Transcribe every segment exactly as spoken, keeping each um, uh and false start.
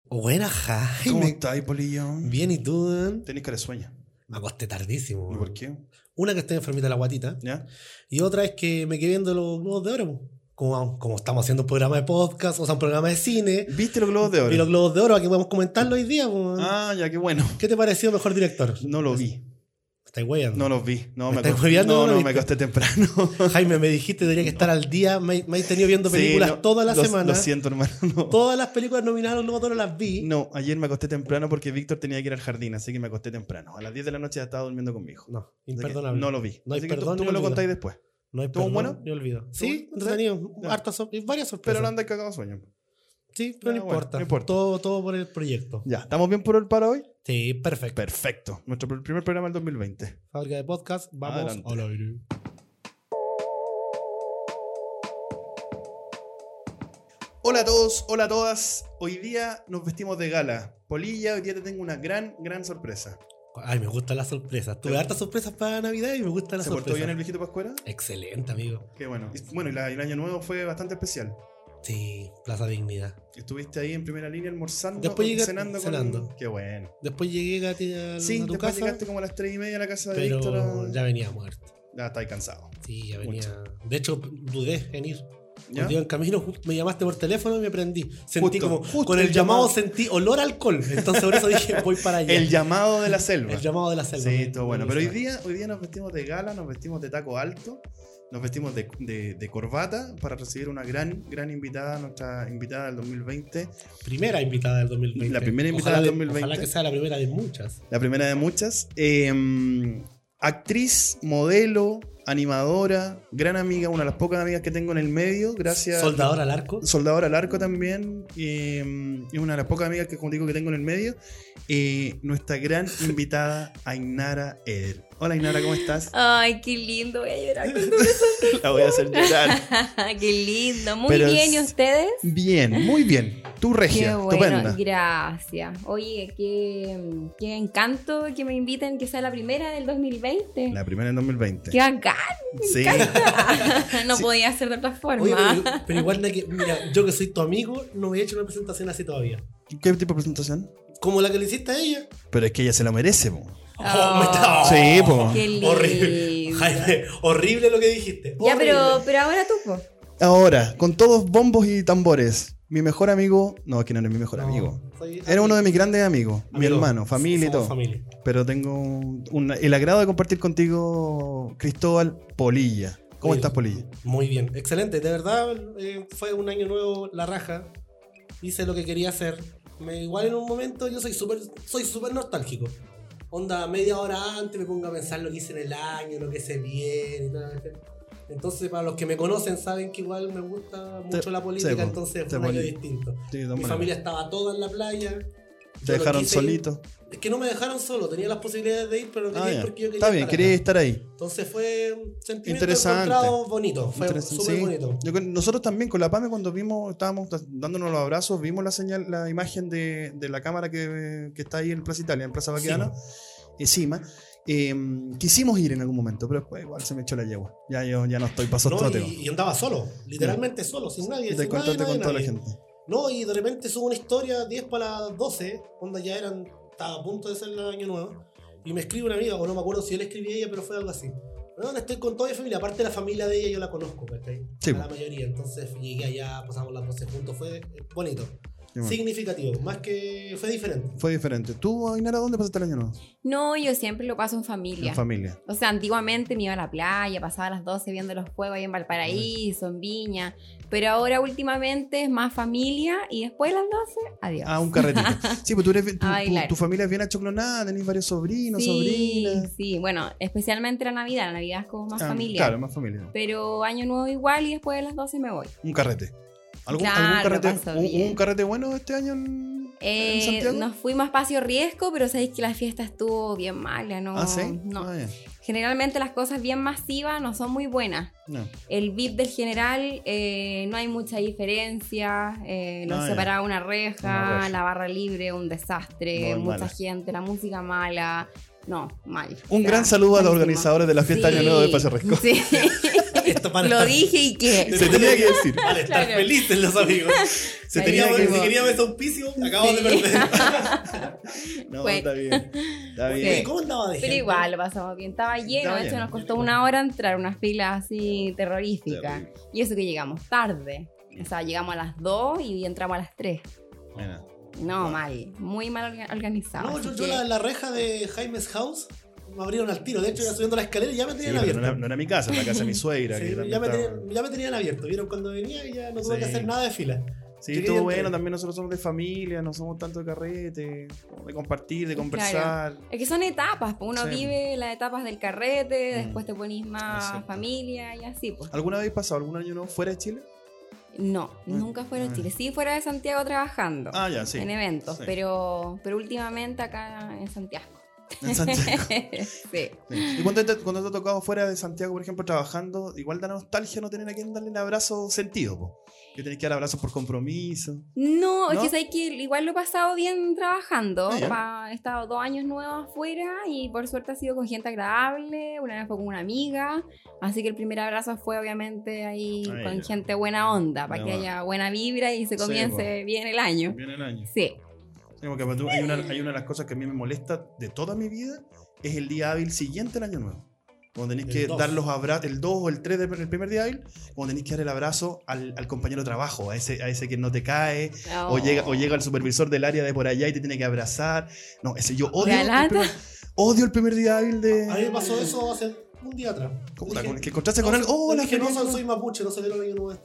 Buena, Jaime. ¿Cómo estás, Polillo? Bien, ¿y tú? ¿Eh? Tenés cara de sueño. Me acosté tardísimo. ¿Y por qué? Una que estoy enfermita de la guatita. ¿Ya? Y otra es que me quedé viendo los Globos de Oro. Como, como estamos haciendo un programa de podcast, o sea, un programa de cine. ¿Viste los Globos de Oro? Y los Globos de Oro, aquí podemos comentarlo hoy día. Pues. Ah, ya, qué bueno. ¿Qué te pareció mejor director? No lo vi. ¿Estáis hueando? No los vi. No, ¿Me me estás acosté, hueveando? no, ¿No lo no, viste? me acosté temprano. Jaime, me dijiste que debería que estar al día. Me, me he tenido viendo películas Sí, no, toda la lo, semana. Lo siento, hermano. No. Todas las películas nominadas a los Globos de Oro las vi. No, ayer me acosté temprano porque Víctor tenía que ir al jardín, así que me acosté temprano. A las diez de la noche ya estaba durmiendo con mi hijo. No, Así que imperdonable. No lo vi. No hay así que tú, perdón tú ni me lo olvido. contáis después. No hay ¿Estuvo perdón bueno? ni olvido. Sí, ¿Estuvo? entretenido. Ya. Hartas sor- varias sorpresas. Pero no andas cagado de sueño. Sí, pero Ya, no, bueno, importa. no importa. Todo, todo por el proyecto. Ya, ¿estamos bien por el para hoy? Sí, perfecto. Perfecto. Nuestro pr- primer programa del dos mil veinte. Fábrica de podcast, vamos Adelante. al aire. Hola a todos, hola a todas. Hoy día nos vestimos de gala. Polilla, hoy día te tengo una gran, gran sorpresa. Ay, me gustan las sorpresas. Tuve ¿Te- hartas sorpresas para Navidad y me gustan las ¿Se portó sorpresas. bien el viejito Pascuera? Excelente, amigo. Qué bueno. Y, bueno, y la- y el año nuevo fue bastante especial. Sí, Plaza Dignidad. Estuviste ahí en primera línea almorzando, Después llegué cenando, cenando. Con... Qué bueno. Después llegué Gati, a, Sí, a tu después casa, llegaste como a las tres y media a la casa de Víctor. pero a- ya venía muerto. Ya estáis cansado. Sí, ya venía. De hecho, dudé en ir. ¿Ya? Un día en camino ju- me llamaste por teléfono y me prendí. Sentí Justo, como, justo con el el llamado, llamado. sentí olor a alcohol. Entonces por eso dije, voy para allá. El llamado de la selva. El llamado de la selva. Sí, Me- todo me bueno. Pero hoy gusta. día, hoy día nos vestimos de gala, nos vestimos de taco alto, nos vestimos de, de- de corbata para recibir una gran, gran invitada, nuestra invitada del dos mil veinte. Primera invitada del dos mil veinte. La primera invitada Ojalá del de- dos mil veinte. Ojalá que sea la primera de muchas. La primera de muchas. Eh, actriz, modelo, animadora, gran amiga, una de las pocas amigas que tengo en el medio, gracias. Soldador al arco. Soldadora al arco también. Y, y una de las pocas amigas que, como digo, que tengo en el medio. eh, nuestra gran invitada, Ainara Eder. Hola, Ainara, ¿cómo estás? Ay, qué lindo, voy a llorar con todo eso. La voy a hacer llorar. Qué lindo, muy Pero bien, ¿y es- ustedes? Bien, muy bien. Tú, Qué regia, bueno, estupenda. gracias. Oye, qué, qué encanto que me inviten, que sea la primera del dos mil veinte. La primera en dos mil veinte. Qué bacán, Sí. no Sí. podía ser de otra forma. Oye, pero, pero igual, de que, mira, yo que soy tu amigo, no me he hecho una presentación así todavía. ¿Qué tipo de presentación? Como la que le hiciste a ella. Pero es que ella se lo merece, po. Oh, me está- Sí, po. Qué lindo. Horrible. Jaime, horrible lo que dijiste. Ya, Horrible. pero, pero ahora tú, po. Ahora, con todos bombos y tambores, mi mejor amigo, no, es que no es mi mejor No, amigo. soy Era uno de mis grandes amigos, mi amigo. hermano, familia y Somos todo. familia. Pero tengo un- el agrado de compartir contigo, Cristóbal Polilla. ¿Cómo Muy estás, bien. Polilla? Muy bien, excelente. De verdad, eh, fue un año nuevo, la raja. Hice lo que quería hacer. Me, igual en un momento yo soy súper soy súper nostálgico. Onda, media hora antes me pongo a pensar lo que hice en el año, lo que se viene y todo. Entonces, para los que me conocen, saben que igual me gusta mucho Te- la política, sí, po, entonces te fue un año poni- distinto. Sí, de todas Mi maneras. familia estaba toda en la playa. Te Yo no dejaron quise ir. solito. Es que no me dejaron solo, tenía las posibilidades de ir, pero no quería Ah, ir ya. porque yo quería Está bien, estar quería acá. estar ahí. Entonces fue un sentimiento Interesante. encontrado bonito, fue Interesante, súper sí. bonito. Yo con- nosotros también con la Pame cuando vimos, estábamos dándonos los abrazos, vimos la señal, la imagen de, de la cámara que, que está ahí en Plaza Italia, en Plaza Baquedano, encima. Eh, quisimos ir en algún momento, pero después igual se me echó la yegua. Ya yo ya no estoy paso No, trote. y, y andaba solo, literalmente solo, sin nadie. sin Descontarte nadie, con nadie, toda la nadie. gente. No, y de repente subo una historia diez para las doce, cuando ya eran, estaba a punto de ser el año nuevo, y me escribe una amiga, o no me acuerdo si él escribía a ella, pero fue algo así. No, estoy con toda mi familia, aparte de la familia de ella yo la conozco, ¿cachai? Sí, A po. la mayoría, entonces llegué allá, pasamos las doce juntos, fue bonito. Qué bueno. Significativo, más que fue diferente. Fue diferente. ¿Tú, Ainara, dónde pasaste el año nuevo? No, yo siempre lo paso en familia. En familia. O sea, antiguamente me iba a la playa, pasaba las doce viendo los fuegos ahí en Valparaíso, en Viña. Pero ahora últimamente es más familia y después de las doce, adiós. Ah, un carretito. Sí, pues tú eres, tu, A tu- bailar. tu familia es bien achoclonada, tenés varios sobrinos, sí, sobrinas. sí, bueno, especialmente la Navidad. La Navidad es como más Ah, familiar. Claro, más familia. Pero año nuevo igual y después de las doce me voy. Un carrete. ¿Algún, Claro, algún carrete? paso ¿un, bien. un carrete bueno este año en, en Eh, Santiago? nos fuimos a Espacio Riesgo, pero sabéis que la fiesta estuvo bien mala, ¿no? ¿Ah, sí? No. Ah, ya. Generalmente las cosas bien masivas no son muy buenas. No. El V I P del general eh, no hay mucha diferencia, eh, nos Ah, ya. separaba una reja, Una reja. la barra libre, un desastre, Muy mucha mala. gente, la música mala. No, mal. Un O sea, gran saludo a los malísimo. organizadores de la fiesta Sí, Año Nuevo de Espacio Riesgo. Sí. Estoy estar, para Lo estar- dije y qué. Se tenía que decir. Para estar Claro. felices los amigos. Si Ahí teníamos, como- si queríamos ese auspicio, acabamos Sí. de perder. No, Bueno. está bien. Está Sí. bien. ¿Cómo andaba de Pero gente? igual lo pasamos bien, estaba lleno, Estaba de hecho lleno. nos costó una hora entrar, unas filas así terroríficas. Terrible. Y eso que llegamos tarde. O sea, llegamos a las dos y entramos a las tres. Mira. No, mal, muy mal orga- organizado. No, así yo, yo que- la, la reja de Jaime's House me abrieron al tiro. De hecho, ya subiendo la escalera y ya me Sí, tenían pero abierto. no, era, no era mi casa, era la casa de mi suegra. Sí, que también ya, me estaba- tenían, ya me tenían abierto. Vieron cuando venía y ya no tuve Sí. que hacer nada de fila. Sí, Llegué y estuvo entré. bueno. También nosotros somos de familia, no somos tanto de carrete, de compartir, de conversar. Es que son etapas, pues uno Sí. vive las etapas del carrete, Mm. después te ponís Es más cierto. familia y así, pues. ¿Alguna vez pasado algún año nuevo fuera de Chile? No, Mm. nunca fuera de Ah. Chile. Sí, fuera de Santiago trabajando Ah, ya, sí. en eventos, Sí. pero, pero últimamente acá en Santiago. En Santiago. Sí. Sí. ¿Y cuando te, cuando te ha tocado fuera de Santiago, por ejemplo, trabajando, igual da nostalgia no tener a quien darle el abrazo sentido, po? Que tenés que dar abrazos por compromiso. No, es ¿No? que sabes que igual lo he pasado bien trabajando. Ah, ya. Pa- he estado dos años nuevos afuera y por suerte ha sido con gente agradable. Una vez fue con una amiga. Así que el primer abrazo fue obviamente ahí Ah, con ya. gente buena onda, para Ya que va. haya buena vibra y se Sí, comience bien el año. Viene el año. Sí. Sí, porque tú- hay, una, hay una de las cosas que a mí me molesta de toda mi vida, es el día hábil siguiente al año nuevo. Cuando tenéis El que dos. dar los abrazos, el dos o el tres del el primer día hábil, cuando tenéis que dar el abrazo al, al compañero de trabajo, a ese, a ese que no te cae, o, Oh. llega, o llega el supervisor del área de por allá y te tiene que abrazar. No, ese yo odio. ¿La el lata? primer, odio el primer día hábil de. A mí me pasó eso hace un día atrás. ¿Cómo Dije, la- con- que encontraste no, con él? ¡Oh, le la dije, no, feliz! soy, soy mapuche, no celebro el año nuevo.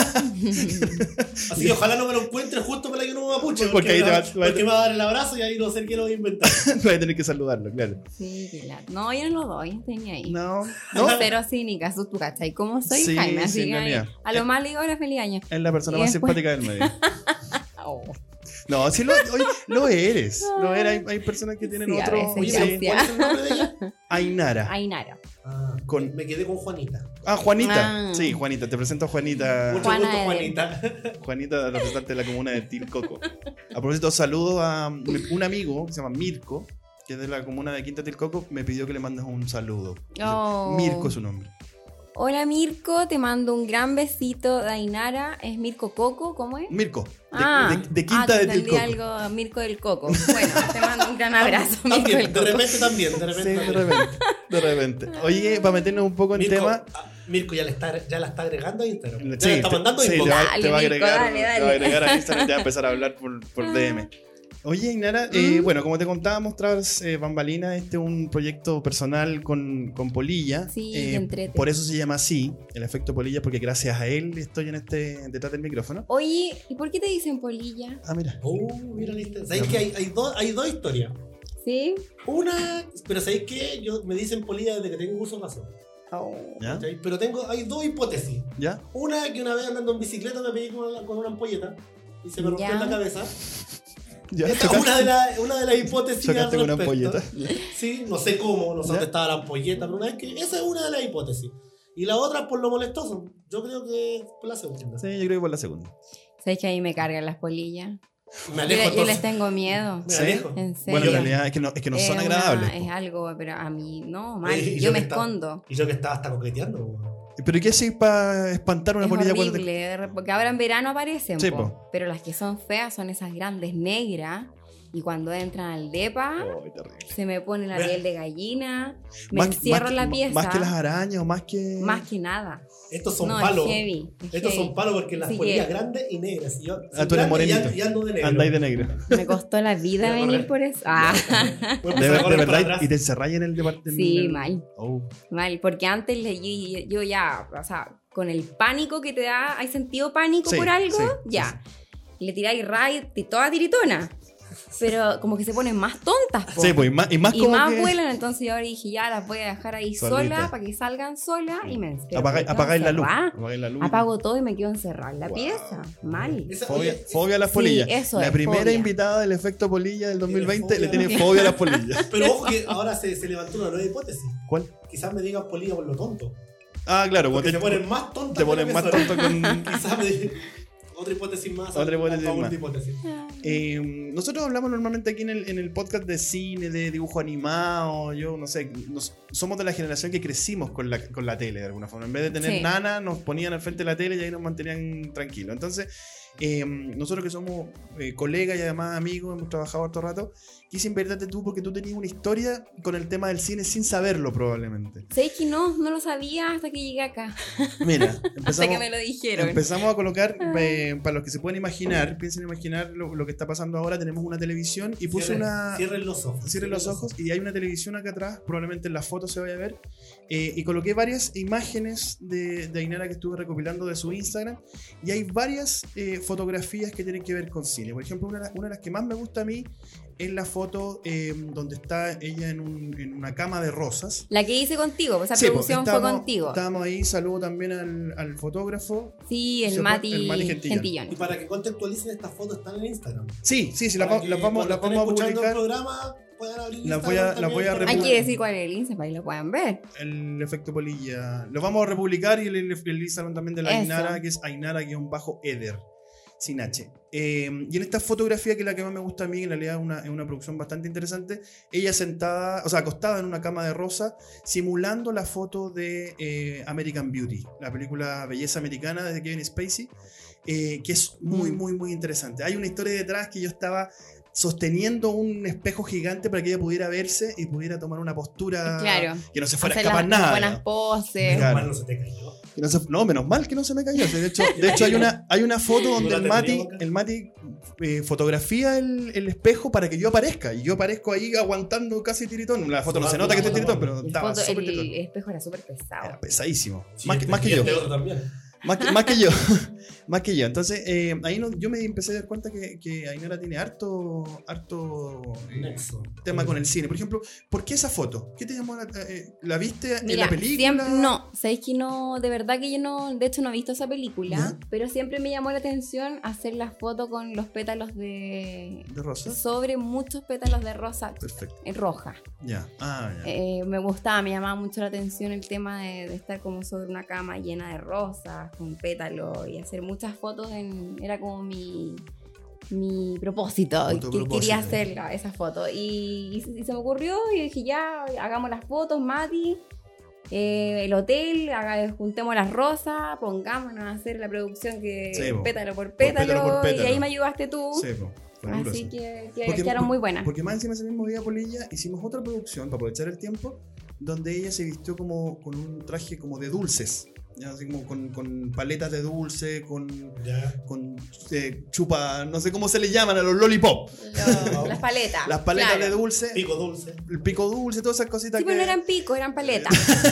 Así que ojalá no me lo encuentre justo para el año nuevo mapuche. Porque Porque, ahí te me va, va- te va- porque me va a dar el abrazo y ahí no sé qué lo voy a inventar. Voy a tener que saludarlo, claro. Sí, qué lata. No, yo no lo doy, tenía ahí. No, no. Cero cínica, tú cachai. ¿Cómo soy, Sí, Jaime? Así sí, en que ahí, realidad. a lo más le digo hola, feliz año. Es la persona Y más después- simpática del medio. Oh. No, sí lo, oye, lo eres. Lo eres. Hay, hay personas que tienen Sí, a otro. veces Oye, sí. pero ¿cuál es el nombre de ella? Ainara. Ainara. Ah, Con- Me quedé con Juanita. Ah, Juanita. Ah. Sí, Juanita. Te presento a Juanita. Mucho Juana gusto, Eder. Juanita. Juanita, representante de la comuna de Tilcoco. A propósito, saludo a un amigo que se llama Mirko, que es de la comuna de Quinta Tilcoco. Me pidió que le mandes un saludo. Oh. Mirko es su nombre. Hola Mirko, te mando un gran besito de Ainara. ¿Es Mirko Coco? ¿Cómo es? Mirko, de, ah, de- de Quinta ah, te de entendí Tilcoco. algo, Mirko del Coco. Bueno, te mando un gran abrazo, Mirko También, del de Coco. repente también, de Sí, repente. de también. repente. De repente. Oye, para meternos un poco en Mirko, tema. ah, Mirko ya, le está, ya la está agregando a Instagram. Ya Sí, le está te- mandando sí, inbox. te va, Dale, te va a Mirko, agregar, dale, te va a dale. agregar a Instagram y te va a empezar a hablar por, por D M. Oye, Inara, eh, ¿Mm? bueno, como te contábamos tras eh, Bambalina, este es un proyecto personal con, con Polilla. Sí, Eh, qué entrete. por eso se llama así, el efecto Polilla, porque gracias a él estoy en este detrás del micrófono. Oye, ¿y por qué te dicen polilla? Ah, mira. Oh, mira, ¿viste? ¿Sabéis que hay, hay, dos, hay dos historias? ¿Sí? Una, pero ¿sabéis qué? Yo, me dicen polilla desde que tengo uso de razón. Oh. ¿Ya? ¿Cachai? Pero tengo, hay dos hipótesis. ¿Ya? Una, que una vez andando en bicicleta me pegué con una, con una ampolleta y se me rompió Ya. en la cabeza. ¿Ya? Esa es Chocaste- una de, la- una de las hipótesis al chocaste con una respecto. ampolleta. Sí, no sé cómo, no sé ¿Ya? dónde estaba la ampolleta, pero una vez que esa es una de las hipótesis. Y la otra por lo molestoso. Yo creo que es por la segunda. Sí, yo creo que por la segunda. ¿Sabes que a mí me cargan las polillas? Me Yo, alejo yo entonces. les tengo miedo. Me ¿Sí? alejo. En serio. Bueno, en realidad es que no, es que no son Es agradables. una- po. es algo, pero a mí no, mal. Oye, y yo yo me que estaba- escondo. Y yo que estaba hasta coqueteando. weón. ¿Pero qué haces para espantar una Es polilla cuando te... horrible, de rep- porque ahora en verano aparecen, Sí, po. po. Pero las que son feas son esas grandes negras y cuando entran al depa Ay, terrible. se me pone la Mira. piel de gallina, me Más- encierro más en la que- pieza, Más que las arañas o más que... más que nada. Estos son no, palos. es heavy. es Estos heavy. son palos porque las Así polillas que- grandes y negras. Y yo Ah, soy tú eres grande y morenito. ando- y ando de negro. Andáis de negro. Me costó la vida Voy a venir correr. por eso. Ah, Voy a De, empezar a ver- de correr para verdad, atrás. y te encerráis en el departamento. Sí, mal. Oh. mal, porque antes le- yo, yo ya, o sea, con el pánico que te da, ¿hay sentido pánico Sí, por algo? sí, ya. Le tiráis raid, y toda tiritona. Pero como que se ponen más tontas, po. Sí, pues, y más, y más y como más que... vuelan, entonces yo ahora dije, ya las voy a dejar ahí Solita. sola para que salgan solas y me encierro. Apagáis, Me quedo apagáis la luz. encerrada. Apagáis la luz. Apago todo y me quedo encerrada en la Wow. pieza. Mal. Esa- Fobia, oye, fobia a las Sí, polillas. eso la es, primera fobia. invitada del efecto polilla del dos mil veinte Tiene le fobia. tiene fobia a las polillas. Pero ojo que ahora se, se levantó una nueva hipótesis. ¿Cuál? Quizás me digan polilla por lo tonto. Ah, claro. Porque Cuando se ponen más tontas. te ponen más tonto con... Quizás me digan. Otra hipótesis más. Otra hipótesis al favor más. de hipótesis. Eh, nosotros hablamos normalmente aquí en el, en el podcast de cine, de dibujo animado. Yo no sé, nos, somos de la generación que crecimos con la, con la tele de alguna forma. En vez de tener Sí. nana, nos ponían al frente de la tele y ahí nos mantenían tranquilos. Entonces, eh, nosotros que somos eh, colegas y además amigos, hemos trabajado harto rato, quise invitarte tú porque tú tenías una historia con el tema del cine sin saberlo probablemente. ¿Sabes que no? No lo sabía hasta que llegué acá. Mira, Hasta empezamos, que me lo dijeron. empezamos a colocar, eh, para los que se pueden imaginar, piensen imaginar lo, lo que está pasando ahora, tenemos una televisión y puse Cierren- una... Cierren los ojos. Cierren los ojos y hay una televisión acá atrás, probablemente en la foto se vaya a ver, eh, y coloqué varias imágenes de, de Ainara que estuve recopilando de su Instagram y hay varias eh, fotografías que tienen que ver con cine. Por ejemplo, una, de las- una de las que más me gusta a mí es la foto eh, donde está ella en, un- en una cama de rosas. La que hice contigo, pues esa Sí, producción pues, fue estábamos- contigo. Estábamos ahí, saludo también al, al fotógrafo. Sí, Se el fue- Mati, el Mati Gentillón. Gentillón. Y para que contextualicen, estas fotos están en Instagram. Sí, sí, sí, las Para va- que las vamos, cuando las vamos a estén escuchando publicar. el programa, puedan abrir Las Instagram voy a- las también voy a para Hay republicar. que decir cuál es el Insta para que lo puedan ver. El efecto polilla. Lo vamos a republicar y el, el- el Instagram también de la Eso. Ainara, que es Ainara-Eder, sin H. Eh, y en esta fotografía, que es la que más me gusta a mí, en realidad es una, es una producción bastante interesante, ella sentada, o sea, acostada en una cama de rosa, simulando la foto de eh, American Beauty, la película Belleza Americana de Kevin Spacey, eh, que es muy, Mm. muy, muy interesante. Hay una historia detrás que yo estaba sosteniendo un espejo gigante para que ella pudiera verse y pudiera tomar una postura Claro. que no se fuera a Hacer escapar las nada. buenas digamos. poses. Menos Claro. mal no se te cayó. Que no, se- no, menos mal que no se me cayó. De hecho, de hecho hay, una, hay una foto donde la el Mati, tendríamos acá. el Mati eh, fotografía el, el espejo para que yo aparezca. Y yo aparezco ahí aguantando casi tiritón. La foto no se nota que estoy tiritón, pero El, estaba foto- súper el tiritón. espejo era súper pesado. Era pesadísimo. Sí, más, que, este- más que y yo. este otro también. Más que, más que yo. Más que yo. Entonces, eh, ahí no- yo me empecé a dar cuenta que, que Ainara tiene harto, harto eh, Nexo. tema con el cine. Por ejemplo, ¿por qué esa foto? ¿Qué te llamó la, eh, ¿La viste en Mira, la película? siempre, no, sabéis que no, de verdad que yo no, de hecho no he visto esa película, ¿Ya? pero siempre me llamó la atención hacer la foto con los pétalos de... ¿De rosa? sobre muchos pétalos de rosa Perfecto. en roja. Ya. Ah, ya. Eh, me gustaba, me llamaba mucho la atención el tema de, de estar como sobre una cama llena de rosas, con pétalos y hacer muchas fotos, en, era como mi, mi propósito, Tu que propósito. quería hacerla, esa foto. Y, y- y se me ocurrió y dije, ya, hagamos las fotos, Mati, eh, el hotel, haga- juntemos las rosas, pongámonos a hacer la producción que Sí, po. pétalo por pétalo pétalo, por pétalo. y ahí me ayudaste tú. Sí, po. Fue duro, Así sí. que, que Porque- quedaron muy buenas. Porque más encima ese mismo día, Polilla, hicimos otra producción para aprovechar el tiempo, donde ella se vistió como con un traje como de dulces, ¿ya? Así como con, con paletas de dulce, con, Ya. con eh, chupa, no sé cómo se le llaman a los lollipop, Lo- las paletas. las paletas claro. de dulce, Pico dulce. el pico dulce, todas esas cositas Sí, que... pero no eran picos, eran paletas.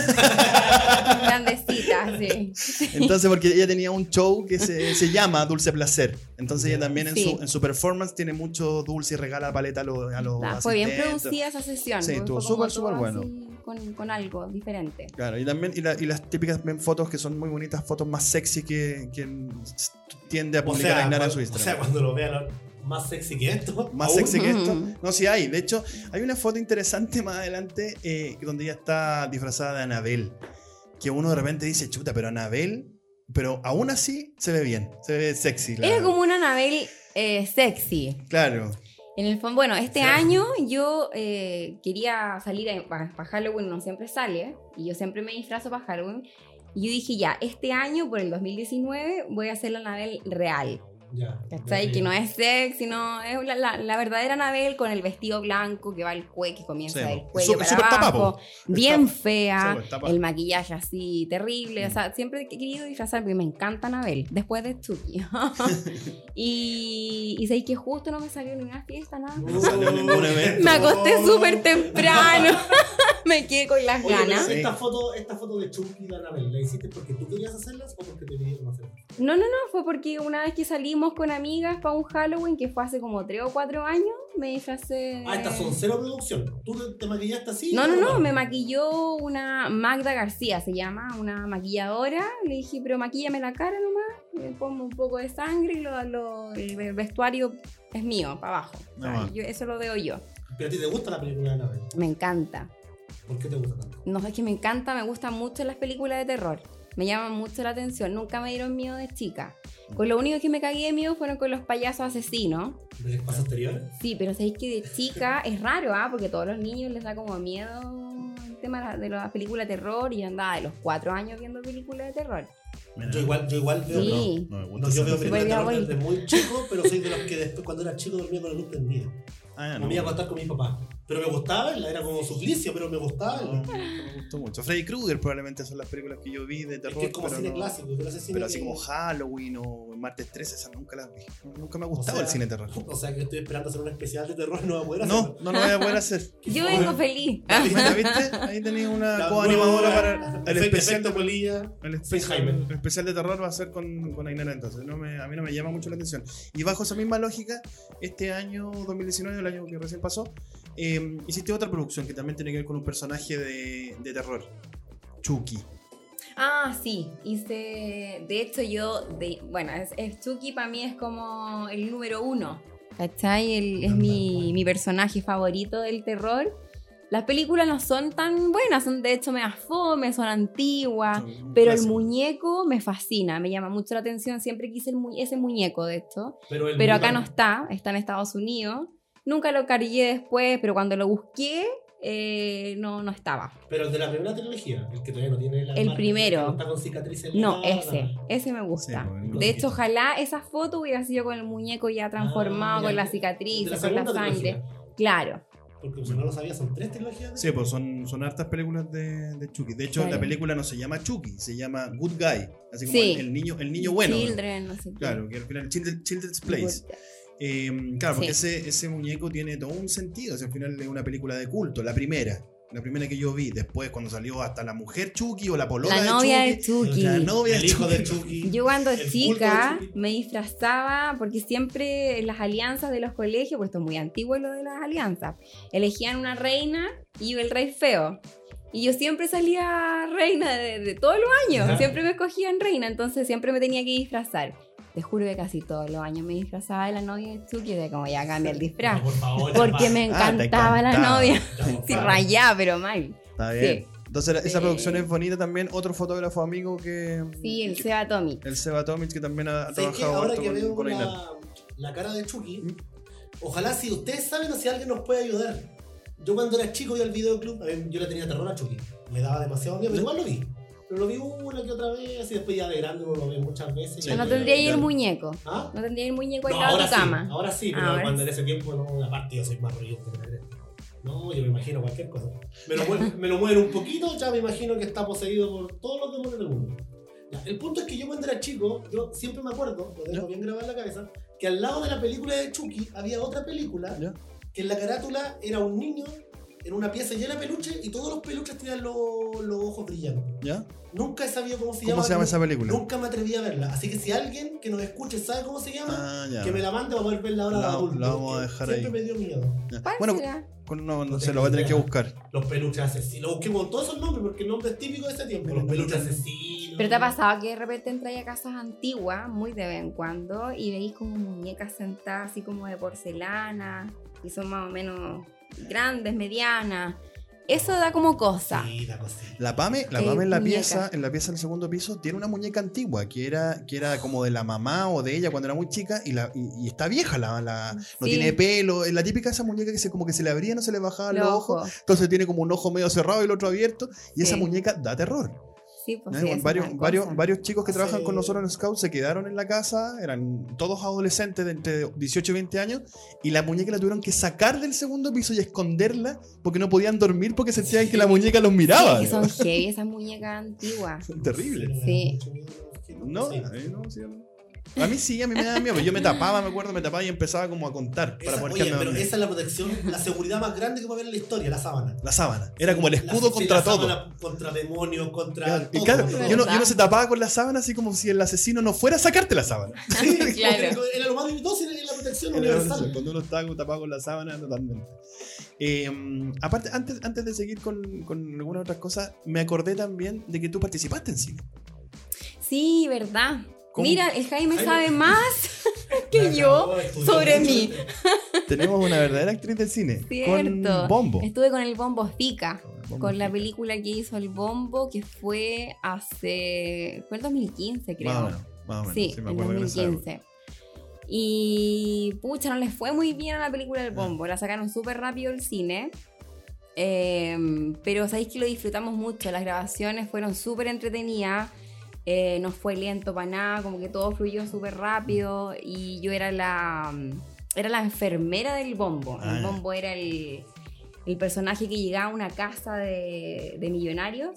Grandecitas, sí. Entonces, porque ella tenía un show que se, se llama Dulce Placer. Entonces ella también en, Sí. su, en su performance tiene mucho dulce y regala paleta a los, a los Ah, fue bien asistentes. producida esa sesión. Sí, porque estuvo fue como súper, súper todo bueno. así Con, con algo diferente. Claro, y también y, la- y las típicas men- fotos que son muy bonitas, fotos más sexy que, que tiende a O publicar sea, Ainara en cuando, su o Instagram. sea, cuando lo vean más sexy que esto. Más aún. sexy que esto. Ujú. No, sí hay. De hecho, hay una foto interesante más adelante eh, donde ella está disfrazada de Anabel. Que uno de repente dice, chuta, pero Anabel. Pero aún así se ve bien, se ve sexy. la- Era como una Anabel eh, sexy. Claro. En el fondo, bueno, este Sí. año yo eh, quería salir para Halloween, no siempre sale, y yo siempre me disfrazo para Halloween. Y yo dije, ya, este año, por el dos mil diecinueve, voy a hacer la Anabel real. Ya. ¿Cachai? Ya, Que ya. no es sexy, no, es la, la- la verdadera Anabel con el vestido blanco que va al cuello, que comienza Sí, del po. cuello Su- para súper tapa, abajo, po. bien Tapa. fea, Sí, pues, tapa. el maquillaje así terrible, o Mm. sea, siempre he querido disfrazar porque me encanta Anabel, después de Chucky. y, y sabéis que justo no me salió ni una fiesta, nada. No salió ningún evento. Me acosté súper temprano, me quedé con las Oye, pero ganas. Sí. esta foto, esta foto de Chucky y de Anabel, ¿la hiciste porque tú querías hacerlas o porque te pidieron hacerlas? No, no, no, fue porque una vez que salimos con amigas para un Halloween, que fue hace como tres o cuatro años, me disfracé. Ah, estas son cero producción. ¿Tú te, te maquillaste así? No, no, ¿O no, me maquilló una Magda García, se llama, una maquilladora. Le dije, pero maquíllame la cara nomás, le pongo un poco de sangre y lo, lo- el vestuario es mío, para abajo. O sea, Ah. yo- eso lo veo yo. ¿Pero a ti te gusta la película de Anabel? Me encanta. ¿Por qué te gusta tanto? No, es que me encanta, me gustan mucho las películas de terror. Me llaman mucho la atención. Nunca me dieron miedo de chica. Con lo único que me cagué de miedo fueron con los payasos asesinos. ¿De espacio exterior? Sí, pero sabéis que de chica es raro, ¿ah? Porque a todos los niños les da como miedo el tema de las películas de terror. Y yo andaba de los cuatro años viendo películas de terror. Yo igual, yo igual veo. Sí. No, no me No, gusta yo esa veo película. películas de Super terror bien, desde muy chico, pero soy de los que después, cuando era chico, dormía con la luz prendida. Ah, No me iba a acostar con mi papá. Pero me gustaba verla, era como suplicio, pero me gustaba No, verla. no me gustó mucho. Freddy Krueger probablemente son las películas que yo vi de Es terror. que es como pero cine no- clásico, pero ese cine Pero así que- como Halloween o Martes trece, esas nunca las vi. Nunca me ha o gustado sea, el cine terror. O sea que estoy esperando hacer un especial de terror y no voy a poder No, hacerlo. no lo voy a poder hacer. Yo vengo feliz. Mira, ¿viste? Ahí tenía una La coanimadora nueva- para el efecto- especial de efecto polilla. el especial, Jaime. el especial de terror va a ser con, con Ainara, entonces no me, a mí no me llama mucho la atención. Y bajo esa misma lógica, este año dos mil diecinueve, el año que recién pasó, eh, hiciste otra producción que también tiene que ver con un personaje de, de terror, Chucky. Ah, sí, hice, de hecho yo, de, bueno, es, es Chucky para mí es como el número uno, ¿cachai? El- es mi, mi personaje favorito del terror. Las películas no son tan buenas, son de hecho medio fome, son antiguas, Son un pero el clásico. muñeco me fascina, me llama mucho la atención, siempre quise el mu- ese muñeco de esto, Pero, el pero mundo- acá no está, está en Estados Unidos. Nunca lo cargué después, pero cuando lo busqué, eh, no, no estaba. Pero el de la primera trilogía, el que todavía no tiene la El marca, primero. que no está con cicatrices. ni No, nada, ese, nada. ese me gusta. Sí, pues, De hecho, ojalá esa foto hubiera sido con el muñeco ya transformado, Ah, ya. con la De cicatriz, la con la segunda sangre. trilogía. Claro. Porque si no lo sabía, son tres trilogías. de- Sí, pues son, son hartas películas de, de Chucky. De hecho, Claro. la película no se llama Chucky, se llama Good Guy. Así como Sí. el, el niño, el niño bueno. Children, no sé qué. Claro, que al final Children- Children's Place. Eh, claro, porque Sí. ese, ese muñeco tiene todo un sentido. O sea, al final es una película de culto, la primera. La primera que yo vi. Después, cuando salió hasta la mujer Chucky o la polola La de novia de Chucky. Chucky. La novia El de hijo de Chucky. Chucky. Yo cuando El culto chica de Chucky. me disfrazaba, porque siempre en las alianzas de los colegios, pues esto es muy antiguo lo de las alianzas, elegían una reina y iba el rey feo. Y yo siempre salía reina de, de todos los años, Ajá. siempre me escogían reina, entonces siempre me tenía que disfrazar. Te juro que casi todos los años me disfrazaba de la novia de Chucky, de como ya cambia el disfraz. No, por favor, Porque ya me Ah, te encantaba la encantaba. novia. va, ya, por Sí, favor. rayá, pero mal. Está bien. Sí. Entonces, esa Sí. producción es bonita también. Otro fotógrafo amigo que. Sí, el Seba Tommy. El Seba Tomic, que también ha, ha ¿Sabes qué? trabajado Ahora harto que con, veo con Ainar. la, la cara de Chucky, ojalá si ustedes saben o si alguien nos puede ayudar. Yo cuando era chico iba al videoclub, a ver, yo le tenía terror a Chucky. Me daba demasiado miedo, pero igual lo vi. Pero lo vi una que otra vez, y después ya de grande uno lo ve muchas veces. y No, no ahí- tendría ahí el claro. muñeco. ¿Ah? No tendría el muñeco al No, lado de ahora tu sí, cama. ahora sí, pero Ahora cuando sí. en ese tiempo, no, aparte yo soy más rolludo que la cresta. No, yo me imagino cualquier cosa. Me lo, mueven, me lo mueven un poquito, ya me imagino que está poseído por todos los demonios del mundo. Ya, el punto es que yo cuando era chico, yo siempre me acuerdo, lo tengo ¿Ya? bien grabado en la cabeza, que al lado de la película de Chucky había otra película ¿Ya? que en la carátula era un niño en una pieza llena de peluches y todos los peluches tenían los, los ojos brillantes. ¿Ya? Nunca he sabido cómo se ¿Cómo llama. se llama esa película? Nunca me atreví a verla. Así que si alguien que nos escuche sabe cómo se llama, Ah, ya. que me la mande para poder verla ahora de La- adulto. la vamos a porque dejar siempre ahí. me dio miedo. Ya. ¿Cuál Bueno, será? con- no, no No se tengo lo voy a tener que idea. buscar. Los peluches asesinos. Lo busqué con todos esos nombres porque el nombre es típico de ese tiempo. Los peluches asesinos. Pero te ha pasado que de repente entráis a casas antiguas, muy de vez en cuando, y veis como muñecas sentadas así como de porcelana, y son más o menos grandes, medianas. Eso da como cosa. Sí, la cosita. La Pame, la Eh, Pame en la muñeca. pieza, en la pieza del segundo piso, tiene una muñeca antigua que era, que era como de la mamá o de ella cuando era muy chica y, la, y, y está vieja, la, la- no Sí. tiene pelo. Es la típica de esa muñeca que se, como que se le abría y no se le bajaban los, Los ojos. ojos. Entonces tiene como un ojo medio cerrado y el otro abierto. Y esa Sí. muñeca da terror. Sí, pues ¿no? sí, Con eso varios, es una varios, cosa. varios chicos que Hace- trabajan con nosotros en Scout se quedaron en la casa, eran todos adolescentes de entre dieciocho y veinte años, y la muñeca la tuvieron que sacar del segundo piso y esconderla porque no podían dormir porque sentían que la muñeca los miraba. Sí, que son heavy esas muñecas antiguas. Son terribles. Sí. No, Sí. a mí no, sí, no. A mí sí, a mí me daba miedo, pero yo me tapaba, me acuerdo, me tapaba y empezaba como a contar para Esa, poder oye, quedarme pero dormido. esa es la protección, la seguridad más grande que puede haber en la historia, la sábana. La sábana, era como el La- escudo sí, contra la todo. sábana contra demonios, contra Claro, y todo, claro, contra y uno, ¿verdad? y uno se tapaba con la sábana así como si el asesino no fuera a sacarte la sábana. Sí, Claro. era lo más difícil, era la protección Era eso, universal. cuando uno estaba tapado con la sábana, totalmente. Eh, aparte, antes, antes de seguir con, con algunas otras cosas, me acordé también de que tú participaste en cine. Sí, verdad. ¿Cómo? Mira, el Jaime Jaime. sabe más que La yo cagó, estudió sobre mucho. mí. Tenemos una verdadera actriz del cine. Cierto. Con Bombo. Estuve con el Bombo Fica. Bombo con la Fica. película que hizo El Bombo, que fue hace... fue el dos mil quince, creo. Más o menos, más o menos. Sí, me en acuerdo que en esa época. dos mil quince. Y pucha, no les fue muy bien a la película del Bombo. La sacaron súper rápido del cine. Eh, pero sabéis que lo disfrutamos mucho. Las grabaciones fueron súper entretenidas. Eh, no fue lento para nada. Como que todo fluyó súper rápido. Y yo era la, era la enfermera del Bombo. Ah, El ya. Bombo era el, el personaje que llegaba a una casa de, de millonarios.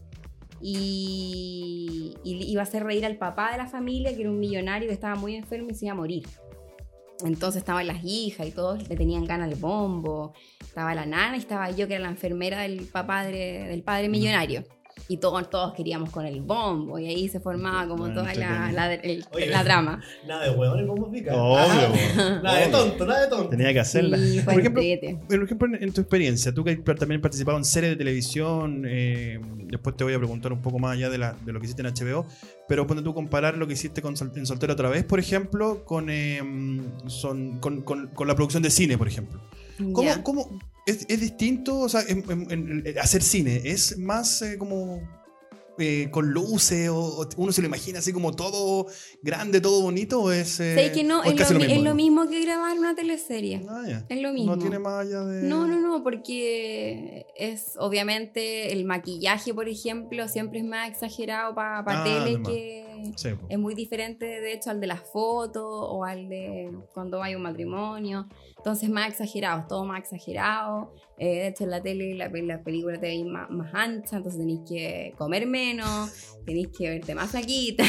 Y, y iba a hacer reír al papá de la familia, que era un millonario que estaba muy enfermo y se iba a morir. Entonces estaban las hijas y todos le tenían ganas al Bombo. Estaba la nana y estaba yo, que era la enfermera del papá de- del padre millonario. Y todos, todos queríamos con el Bombo. Y ahí se formaba como Bueno, toda la, entretenido. la, el- Oye, la trama. Nada de huevón el Bombo Fica. Obvio, Ajá. po. Nada de Obvio. tonto, nada de tonto. Tenía que hacerla. Sí, fue Por ejemplo, entrete. por ejemplo, en, en tu experiencia, tú que has también participado en series de televisión, eh, después te voy a preguntar un poco más allá de, la, de lo que hiciste en H B O, pero ponte tú comparar lo que hiciste con, Sol- en Soltero otra vez, por ejemplo, con, eh, son, con, con- con la producción de cine, por ejemplo. ¿Cómo, Ya. cómo es, es distinto? O sea, en- en- en- hacer cine es más eh, como eh, con luces o, o uno se lo imagina así como todo grande, todo bonito, o es, eh, ¿Sabes que no? o Es, casi lo, mi- es mismo? lo mismo que grabar una teleserie. Ah, ya. Es lo mismo. No tiene más allá de. No, no, no, porque es obviamente el maquillaje, por ejemplo, siempre es más exagerado para Ah, tele además. que Sí, po. es muy diferente, de hecho, al de las fotos o al de cuando hay un matrimonio. Entonces, más exagerado, es todo más exagerado. Eh, de hecho, en la tele, la, la película te veis más, más ancha, entonces tenéis que comer menos, tenéis que verte más flaquita.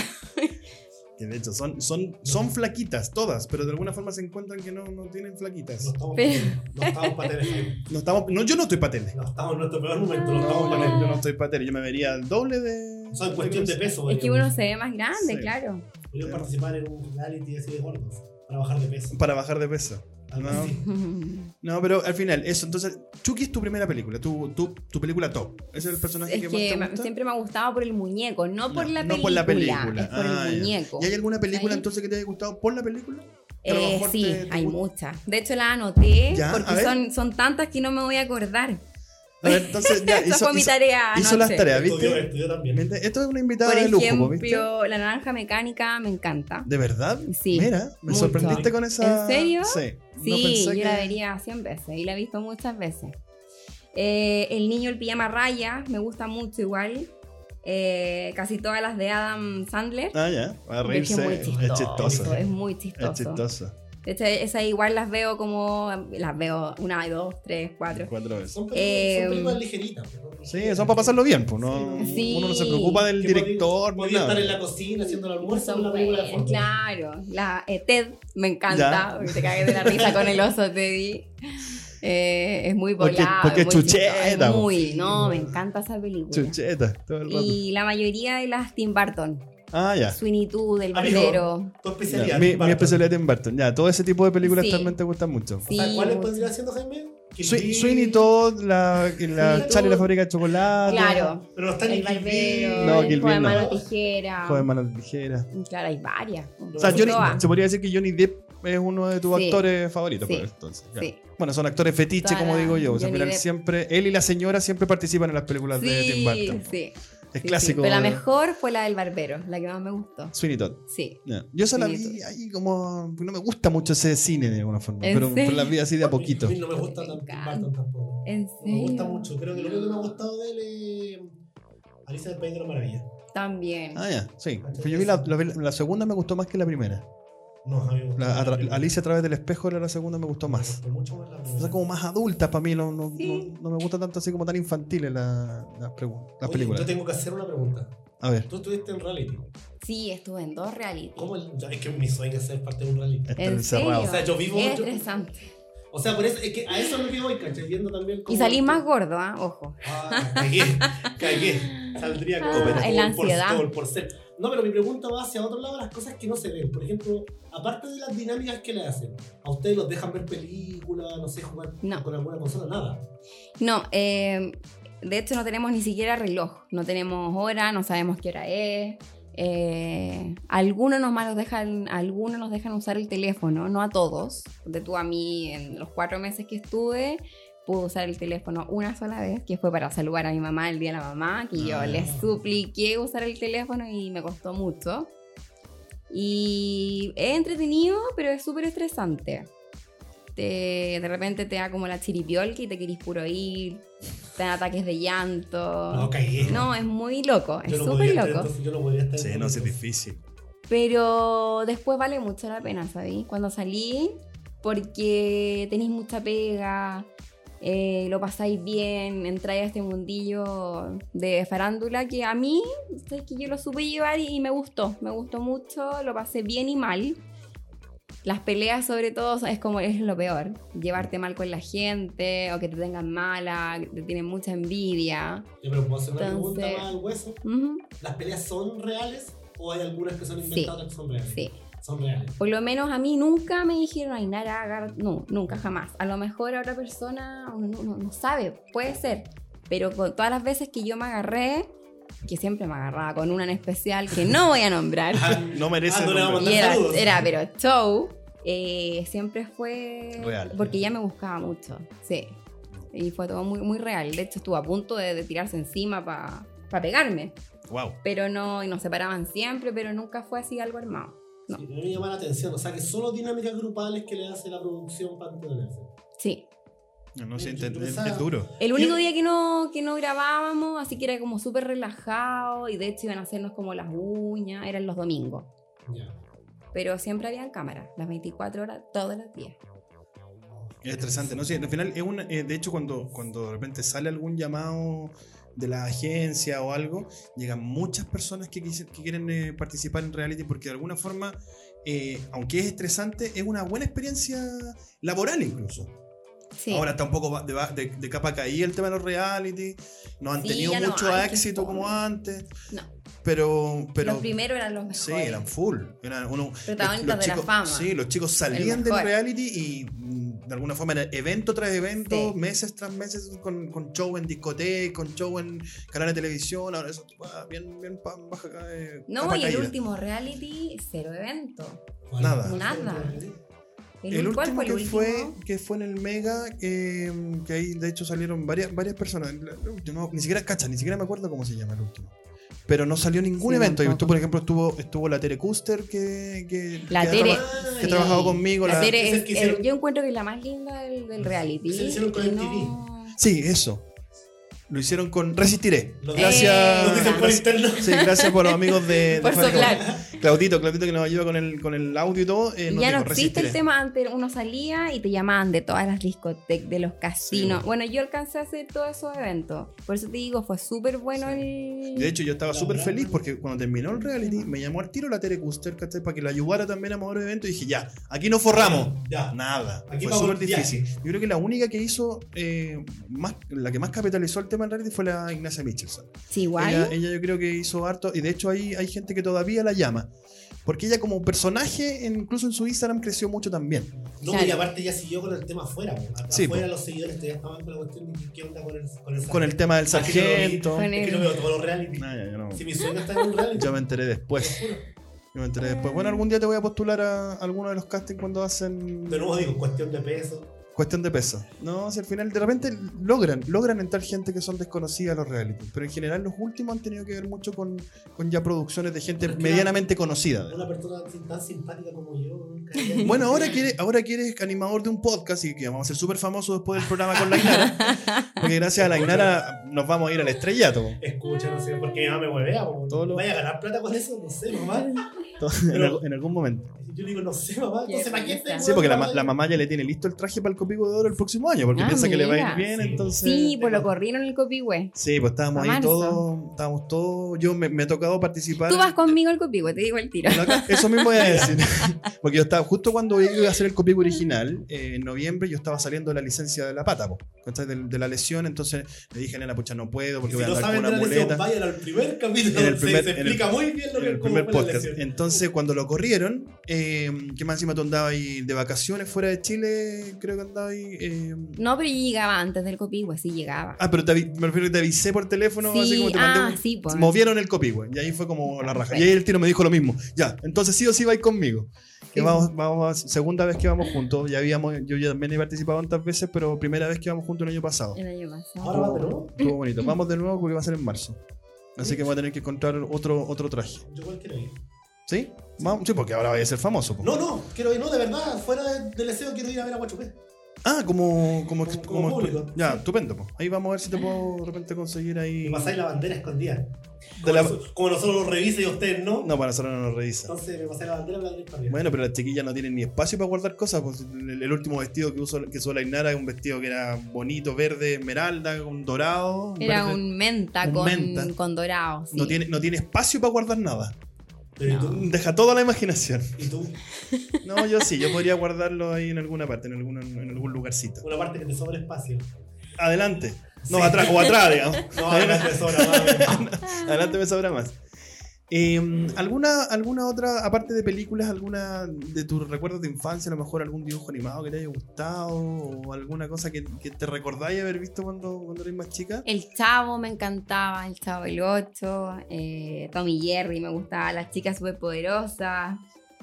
Que de hecho son, son, son flaquitas todas, pero de alguna forma se encuentran que no, no tienen No flaquitas. estamos, Pero- no estamos para tele. No estamos, no, yo no estoy para tele. No estamos en nuestro peor momento, no No, estamos para yo tele. no estoy para tele. Yo me vería el doble de. Eso es cuestión de peso. Es que uno se ve más grande, Sí. claro. Podría participar en un reality así de gordos para bajar de peso. Para bajar de peso. Algo No. así. No, pero al final, eso. Entonces, Chucky es tu primera película, tu, tu, tu película top. Ese es el personaje Es que, que más te me- gusta. siempre me ha gustado por el muñeco, no por, No, la, no película, por la película. es por Ah, el ya. muñeco. ¿Y hay alguna película ¿Sí? entonces que te haya gustado por la película? Que a lo Eh, mejor sí, te- te hay gusta. muchas. De hecho, las anoté Ya, a porque ver. son, son tantas que no me voy a acordar. A ver, entonces ya Esa hizo, fue mi hizo- tarea hizo las anoche. tareas, Estudió, ¿viste? estudió también. ¿Viste? Esto es una invitada Por de lujo, ejemplo, ¿viste? La Naranja Mecánica me encanta. ¿De verdad? Sí, Mira, me mucho. sorprendiste con esa. ¿En serio? Sí. Sí, No pensé yo que- la vería cien veces y la he visto muchas veces. Eh, el niño el pijama raya me gusta mucho igual. Eh, casi todas las de Adam Sandler. Ah, ya. Va a Porque es reírse. muy Es chistoso. chistoso. Es muy Es chistoso. chistoso. De hecho, esas igual las veo como. Las veo una, dos, tres, cuatro. Cuatro veces. Son películas, Eh, son películas ligeritas. pues, Sí, son para pasarlo bien, pues. No, Sí. Uno no se preocupa del Que director ni Podía estar en nada. la cocina haciendo el almuerzo Son con la película de buenas, fondo. claro. La eh, Ted me encanta. Ya. Porque te cagues de la risa con el oso Teddy. Eh, es muy Porque- volado. porque es muy chucheta, chistoso, es po. muy, no, me encanta esa película. Chucheta, todo el rato. Y la mayoría de las Tim Burton. Ah, ya. Sweeney Todd, El Amigo, Barbero. Tu Ya, especialidad. Mi, Tim mi Burton. especialidad Tim Burton. Ya, todo ese tipo de películas Sí. también te gustan mucho. Sí, O sea, ¿cuáles mucho. podría siendo, Jaime? Kill Swe- Bill. Sweeney Todd, la, la Sweeney Charlie y la Todd. fábrica de chocolate. Claro. Pero no está ni El Kill Barbero. Bill. No, el Kill Juego de Bill no. mano tijera. Joder, manos ligeras. Claro, hay varias. O sea, No, Johnny, Todas. se podría decir que Johnny Depp es uno de tus Sí. actores favoritos, Sí. pues, entonces. ya. Sí. Bueno, son actores fetiche, Toda como la- digo yo. O sea, al Johnny final Depp. siempre, él y la señora siempre participan en las películas de Tim Sí, Burton. sí. Es Sí, clásico. sí. Pero la de- mejor fue la del Barbero, la que más me gustó. Sweeney Todd. Sí. Ya. Yo esa la Sweeney vi ahí como. No me gusta mucho ese cine de alguna forma. ¿En Pero, pero serio? la vi así de a poquito. A mí no me gusta Me tanto Tim encanta. Burton tampoco. ¿En No me gusta serio? mucho. Creo que lo único que me ha gustado de él es Alicia del País de la Maravilla. También. Ah, ya, sí. Pero yo vi la, la, la segunda me gustó más que la primera. No, a mí me gustó La, más a tra- primera. Alicia a través del espejo era la segunda, me gustó Me más. gustó mucho más la O primera. sea, como más adultas para mí, no, no, Sí. no, no me gusta tanto así como tan infantiles la- las pregu- las Oye, películas. yo tengo que hacer una pregunta. A ver, Tú estuviste en reality. Sí, estuve en dos reality. ¿Cómo el- ya, es que mi sueño es ser parte de un reality. está ¿En encerrado. serio? O sea, yo vivo- Es yo- estresante. O sea, por eso, es que a eso es lo que voy, ¿cachai? Viendo también cómo... Y salís más gordo, ¿ah? Ojo. Ah, cagué, cagué. Saldría como Ah, pero en la por- por- ansiedad. por- por ser. No, pero mi pregunta va hacia otro lado, las cosas que no se ven. Por ejemplo, aparte de las dinámicas que le hacen, ¿a ustedes los dejan ver películas, no sé, jugar No. con alguna consola? Nada. No, eh, de hecho no tenemos ni siquiera reloj. No tenemos hora, no sabemos qué hora es. Eh, algunos nomás nos dejan, algunos nos dejan usar el teléfono, no a todos. De tú a mí, en los cuatro meses que estuve, pude usar el teléfono una sola vez, que fue para saludar a mi mamá el día de la mamá, que yo Ah. le supliqué usar el teléfono y me costó mucho. Y es entretenido, pero es súper estresante. Te, de repente te da como la chiripiolca y te querís puro ir, te dan ataques de llanto. No, caí. No, es muy loco, es Yo no súper podría estar, loco. entonces yo no podría estar. Sí, en no, sí, es momentos. difícil. Pero después vale mucho la pena, ¿sabes? Cuando salí, porque tenéis mucha pega, eh, lo pasáis bien, entráis a este mundillo de farándula que a mí, ¿sabes? Que yo lo supe llevar y, y me gustó, me gustó mucho, lo pasé bien y mal. Las peleas sobre todo es como es lo peor, llevarte mal con la gente o que te tengan mala, que te tienen mucha envidia. Yo pero puedo hacer una Entonces- pregunta más al hueso. Ujú, ¿Las peleas son reales o hay algunas que son Sí. inventadas que son reales? sí. Son reales. Por lo menos a mí nunca me dijeron, ay, Nara, agar-". no, nunca, jamás. A lo mejor a otra persona uno no, no- no sabe, puede ser. Pero con todas las veces que yo me agarré, que siempre me agarraba con una en especial que no voy a nombrar, No merece Ah, no el le vamos a nombre. y mandar era, saludos. era pero show, eh, siempre fue Real. porque ella me buscaba mucho, sí. Y fue todo muy, muy real. De hecho, estuvo a punto de, de tirarse encima para pegarme. Wow. Pero no, y nos separaban siempre, pero nunca fue así algo armado. No. Sí, a mí me llama la atención. O sea, que solo dinámicas grupales que le hace la producción para entretenerse. Sí. No, no, sí, Yo es, pensaba- es duro. El único Yo- día que no, que no grabábamos, así que era como súper relajado y de hecho iban a hacernos como las uñas, eran los domingos. Ya. Pero siempre habían cámaras, las veinticuatro horas, todos los días. Es estresante, ¿no? Sí, al final es una, eh, de hecho cuando, cuando de repente sale algún llamado de la agencia o algo, llegan muchas personas que, quisi- que quieren eh, participar en reality porque de alguna forma, eh, aunque es estresante, es una buena experiencia laboral incluso. Sí. Ahora está un poco va- de, va- de- de capa caída el tema de los reality, no han Sí, tenido ya no mucho hay, qué éxito fome. como antes, No, pero... pero los primeros eran los mejores. sí, eran full. Eran uno, Protagonistas los de la chicos- fama. Sí, los chicos salían El del mejor. reality y mm, de alguna forma era evento tras evento, Sí. meses tras meses, con, con show en discoteca, con show en canales de televisión. Ahora eso ah, bien, bien pa- baja eh, No, capa y el caída. último reality, cero evento. ¿Cuál? Nada. Nada. El, El, ¿cuál último fue el que último? fue que fue en el Mega, eh, que ahí de hecho salieron varias, varias personas. Yo no- ni siquiera cacha, ni siquiera me acuerdo cómo se llama el último. Pero no salió ningún Sí, evento. Y tampoco. tú, por ejemplo, estuvo, estuvo la Tere Custer que, que, La que ha Tere- traba- que ha sí. trabajado conmigo. La la- Tere es es- el que hicieron- el- yo encuentro que es la más linda del, del reality. Se hicieron con y M T V. no- Sí, eso. Lo hicieron con Resistiré. Lo- Gracias. Eh, Lo dicen por gracias- interno. Sí, gracias por los amigos de, de Por Fábrica. soplar. Claudito, Claudito que nos ayuda con el, con el audio y todo. Eh, Y nos ya no dijo, existe el Resistiré. tema, antes uno salía y te llamaban de todas las discotecas, de los casinos. Sí. Bueno, yo alcancé a hacer todos esos eventos. Por eso te digo, fue súper bueno el... De hecho, yo estaba La súper verdad, feliz ¿no? porque cuando terminó el reality, me llamó al tiro la Tere Custer, ¿cachai? Para que la ayudara también a mover el evento. Y dije, ya, aquí no forramos. Ya. Nada. Aquí Fue vamos súper al viaje. difícil. Yo creo que la única que hizo, eh, más, la que más capitalizó el tema del reality fue la Ignacia Michelson. Sí, igual. Ella, ella yo creo que hizo harto, y de hecho hay, hay gente que todavía la llama. Porque ella como personaje, en- incluso en su Instagram, creció mucho también. No, Claro. y aparte ya siguió con el tema afuera. Po. Acá Sí, afuera po. los seguidores ya estaban con la cuestión de qué onda con el con el, Con el tema del Ah, que yo lo vi. sargento. Con Es que el- no veo todos los reality. No, ya, ya no. Si mi sueño está en un reality. Yo me enteré te después. juro. Yo me enteré después. Bueno, algún día te voy a postular a alguno de los castings cuando hacen De nuevo digo, cuestión de peso. cuestión de peso. No, si al final de repente logran, logran entrar gente que son desconocidas a los reality. Pero en general los últimos han tenido que ver mucho con, con ya producciones de gente Pero es que medianamente conocida. Una persona tan, tan simpática como yo. nunca había- Bueno, ahora que, eres, ahora que eres animador de un podcast y que vamos a ser súper famosos después del programa con la Inara, porque gracias a la Inara nos vamos a ir al estrellato. Escucha, no sé, porque mi mamá me huevea. po. Todo lo- ¿Vaya a ganar plata con eso? No sé, mamá. en, algún- en algún momento. Yo le digo, no sé, mamá. Entonces, Qué ¿para qué risa. te Sí, porque la, ma- la mamá ya le tiene listo el traje para el Copico de Oro el próximo año, porque Ah, piensa que le va a ir mira. bien, Sí. entonces... Sí, pues lo corrieron el copihue. Sí, pues estábamos A ahí marzo. todos, estábamos todos, yo me, me ha tocado participar. Tú vas conmigo al copihue, te digo el tiro. La- Eso mismo voy a decir. Porque yo estaba, justo cuando iba a hacer el Copico original, eh, en noviembre, yo estaba saliendo de la licencia de la pata, po, ¿cachai? de, de la lesión, entonces le dije, nena, pucha, no puedo porque Si voy a no andar saben con de una la lesión, muleta. vayan al primer capítulo. En el se- primer- se, en el- explica muy bien lo En que el cómo primer fue la podcast. lesión. Entonces, cuando lo corrieron, eh, ¿qué más encima tú andabas ahí de vacaciones fuera de Chile? Creo que andabas ahí. Eh... No, pero yo llegaba antes del Copihue, sí llegaba. Ah, pero te, avi- me refiero que te avisé por teléfono, Sí, así como te ah, mandé un- sí, pues. movieron el Copihue, y ahí fue como la raja. Perfecto. Y ahí el tiro me dijo lo mismo. Ya, entonces sí o sí vais conmigo. Que Sí. vamos, vamos a, segunda vez que vamos juntos. Ya habíamos, yo ya también he participado tantas veces, pero primera vez que vamos juntos el año pasado. El año pasado. Ahora va de nuevo. Estuvo bonito. Vamos de nuevo porque va a ser en marzo. Así que voy a tener que encontrar otro, otro traje. Yo igual quiero ir. ¿Sí? Vamos, sí, porque ahora vaya a ser famoso. po. No, no, quiero ir, no, de verdad, fuera de- del deseo quiero ir a ver a Guachupé. Ah, como, como, Como- como- como público. Ya, Sí. estupendo. po. Ahí vamos a ver si te puedo de repente conseguir ahí. Y pasáis la bandera escondida. De Como, la- noso- como nosotros lo revisa y ustedes no. No, para nosotros no nos revisa. Entonces me pasáis la bandera y la tenéis para arriba. Bueno, pero las chiquillas no tienen ni espacio para guardar cosas. Pues el, el último vestido que usó, que usó la Inara es un vestido que era bonito, verde, esmeralda, un dorado. un Era verde. un menta, un con, menta. con dorado. Sí. No, tiene, no tiene espacio para guardar nada. Pero ¿y No. tú? Deja toda la imaginación. ¿Y tú? No, yo sí, yo podría guardarlo ahí en alguna parte, en, alguna, en algún lugarcito. Una parte que te sobra espacio. Adelante. No, Sí. atrás, o atrás, digamos. No, adelante te sobra más. Adelante me sobra más. Eh, ¿alguna, ¿Alguna otra, aparte de películas, alguna de tus recuerdos de infancia, a lo mejor algún dibujo animado que te haya gustado o alguna cosa que, que te recordáis haber visto cuando, cuando eres más chica? El Chavo me encantaba, el Chavo el ocho, eh, Tommy Jerry me gustaba, las chicas superpoderosas,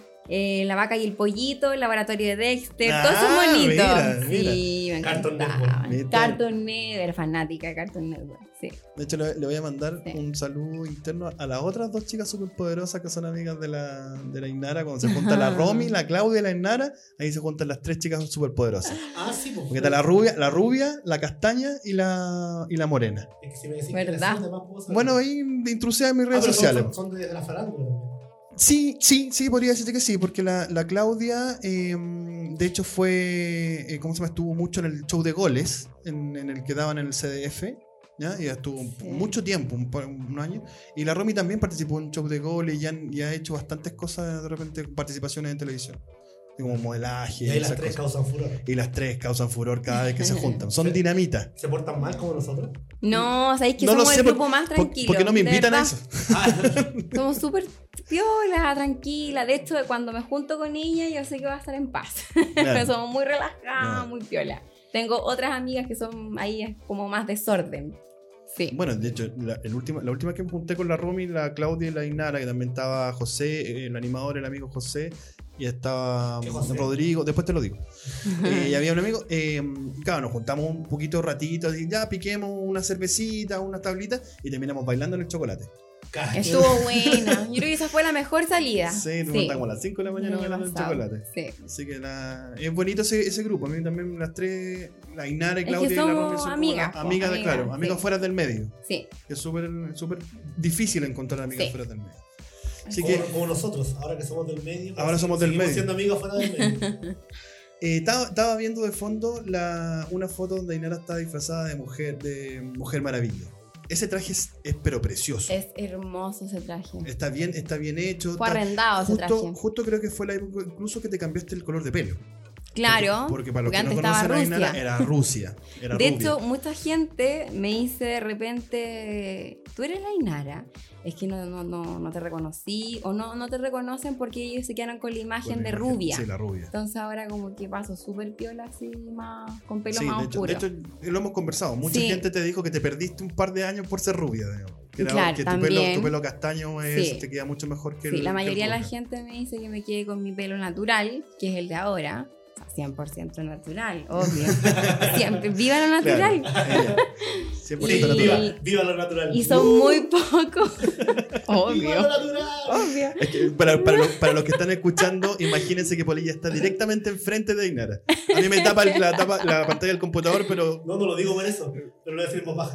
eh, La Vaca y el Pollito, el Laboratorio de Dexter, Ah, todos son bonitos. mira, Sí, me Cartoon encantaban. Network. Cartoon Network, era fanática de Cartoon Network, sí. De hecho, le, le voy a mandar Sí. un saludo interno a las otras dos chicas superpoderosas que son amigas de la, de la Inara. Cuando se junta la Romy, la Claudia y la Inara, ahí se juntan las tres chicas superpoderosas. Ah, sí, pues. Porque está la rubia, la rubia, la castaña y la, y la morena. Es que si me decís ¿Verdad? que las demás puedo saber. Bueno, ahí intrusé en mis Ah, redes pero son- sociales. Son, son de, de la farándula también. Sí, sí, sí, podría decirte que sí, porque la, la Claudia, eh, de hecho, fue, eh, ¿cómo se llama? Estuvo mucho en el show de goles, en, en el que daban en el C D F, ¿ya? Y estuvo Sí. mucho tiempo, un, par- un año. Y la Romy también participó en un show de goles y, han- y ha hecho bastantes cosas, de repente, participaciones en televisión. Como modelaje Y ahí esas las tres cosas. causan furor. Y las tres causan furor cada vez que se juntan. Son Sí. dinamita. ¿Se portan mal como nosotros? No, sabéis que No lo somos sé el por- grupo más por- tranquilo. porque no me de invitan a verdad. eso. Ah, Somos súper piola, tranquila. De hecho, cuando me junto con ella, yo sé que va a estar en paz. Claro. Somos muy relajadas, Ah. muy piola. Tengo otras amigas que son ahí como más desorden. Sí. Bueno, de hecho, la, el última, la última que me junté con la Romy, la Claudia y la Inara, que también estaba José, eh, el animador, el amigo José, y estaba ¿Qué José? Rodrigo, después te lo digo. Eh, y había un amigo, eh, claro, nos juntamos un poquito ratito, y ya piquemos una cervecita, unas tablitas, y terminamos bailando en el chocolate. cacha. Estuvo buena. Yo creo que esa fue la mejor salida. Sí, nos juntamos a las cinco de la mañana El año bailando en pasado. chocolate. Sí. Así que la, es bonito ese, ese grupo. A mí también las tres, la Inara y Es que Claudia y la somos Romy son como amigas, las po, amigas, de, amigas, claro, sí. amigas fuera del medio. Sí. Que es súper súper difícil encontrar amigas Sí. fuera del medio. Así Como, que como nosotros, ahora que somos del medio. Ahora somos del seguimos medio. siendo amigos fuera del medio. eh, estaba, estaba viendo de fondo la, una foto donde Inara está disfrazada de mujer, de Mujer Maravilla. Ese traje es, es pero precioso. Es hermoso ese traje. Está bien, está bien hecho. Fue está- arrendado ese justo, traje. justo creo que fue la época incluso que te cambiaste el color de pelo. Claro. Porque, porque para los porque que no antes estaba conocen a Inara, Rusia. era Rusia. Era De rubia. hecho, mucha gente me dice de repente, ¿tú eres la Inara? Es que no, no, no, no te reconocí, o no, no te reconocen porque ellos se quedaron con la imagen Con la de imagen- rubia. Sí, la rubia. Entonces ahora como que paso súper piola así, más, con pelo Sí, más de hecho, oscuro. de hecho, lo hemos conversado. Mucha Sí. gente te dijo que te perdiste un par de años por ser rubia. Digamos. Que, era- Claro, que tu, pelo, también. tu pelo castaño es, Sí. te queda mucho mejor que Sí, el la que el mayoría de la rubio. gente me dice que me quede con mi pelo natural, que es el de ahora. O sea, cien por ciento natural, obvio. Siempre, viva lo natural. Claro. cien por Sí, ciento Y- natural. viva, viva lo natural. Y son muy pocos. ¡Viva Obvio. lo natural! Obvio. Es que para, para, los, para los que están escuchando, imagínense que Polilla está directamente enfrente de Inara. A mí me tapa el- la, tapa, la pantalla del computador, pero. No, no lo digo por eso, pero lo decimos baja.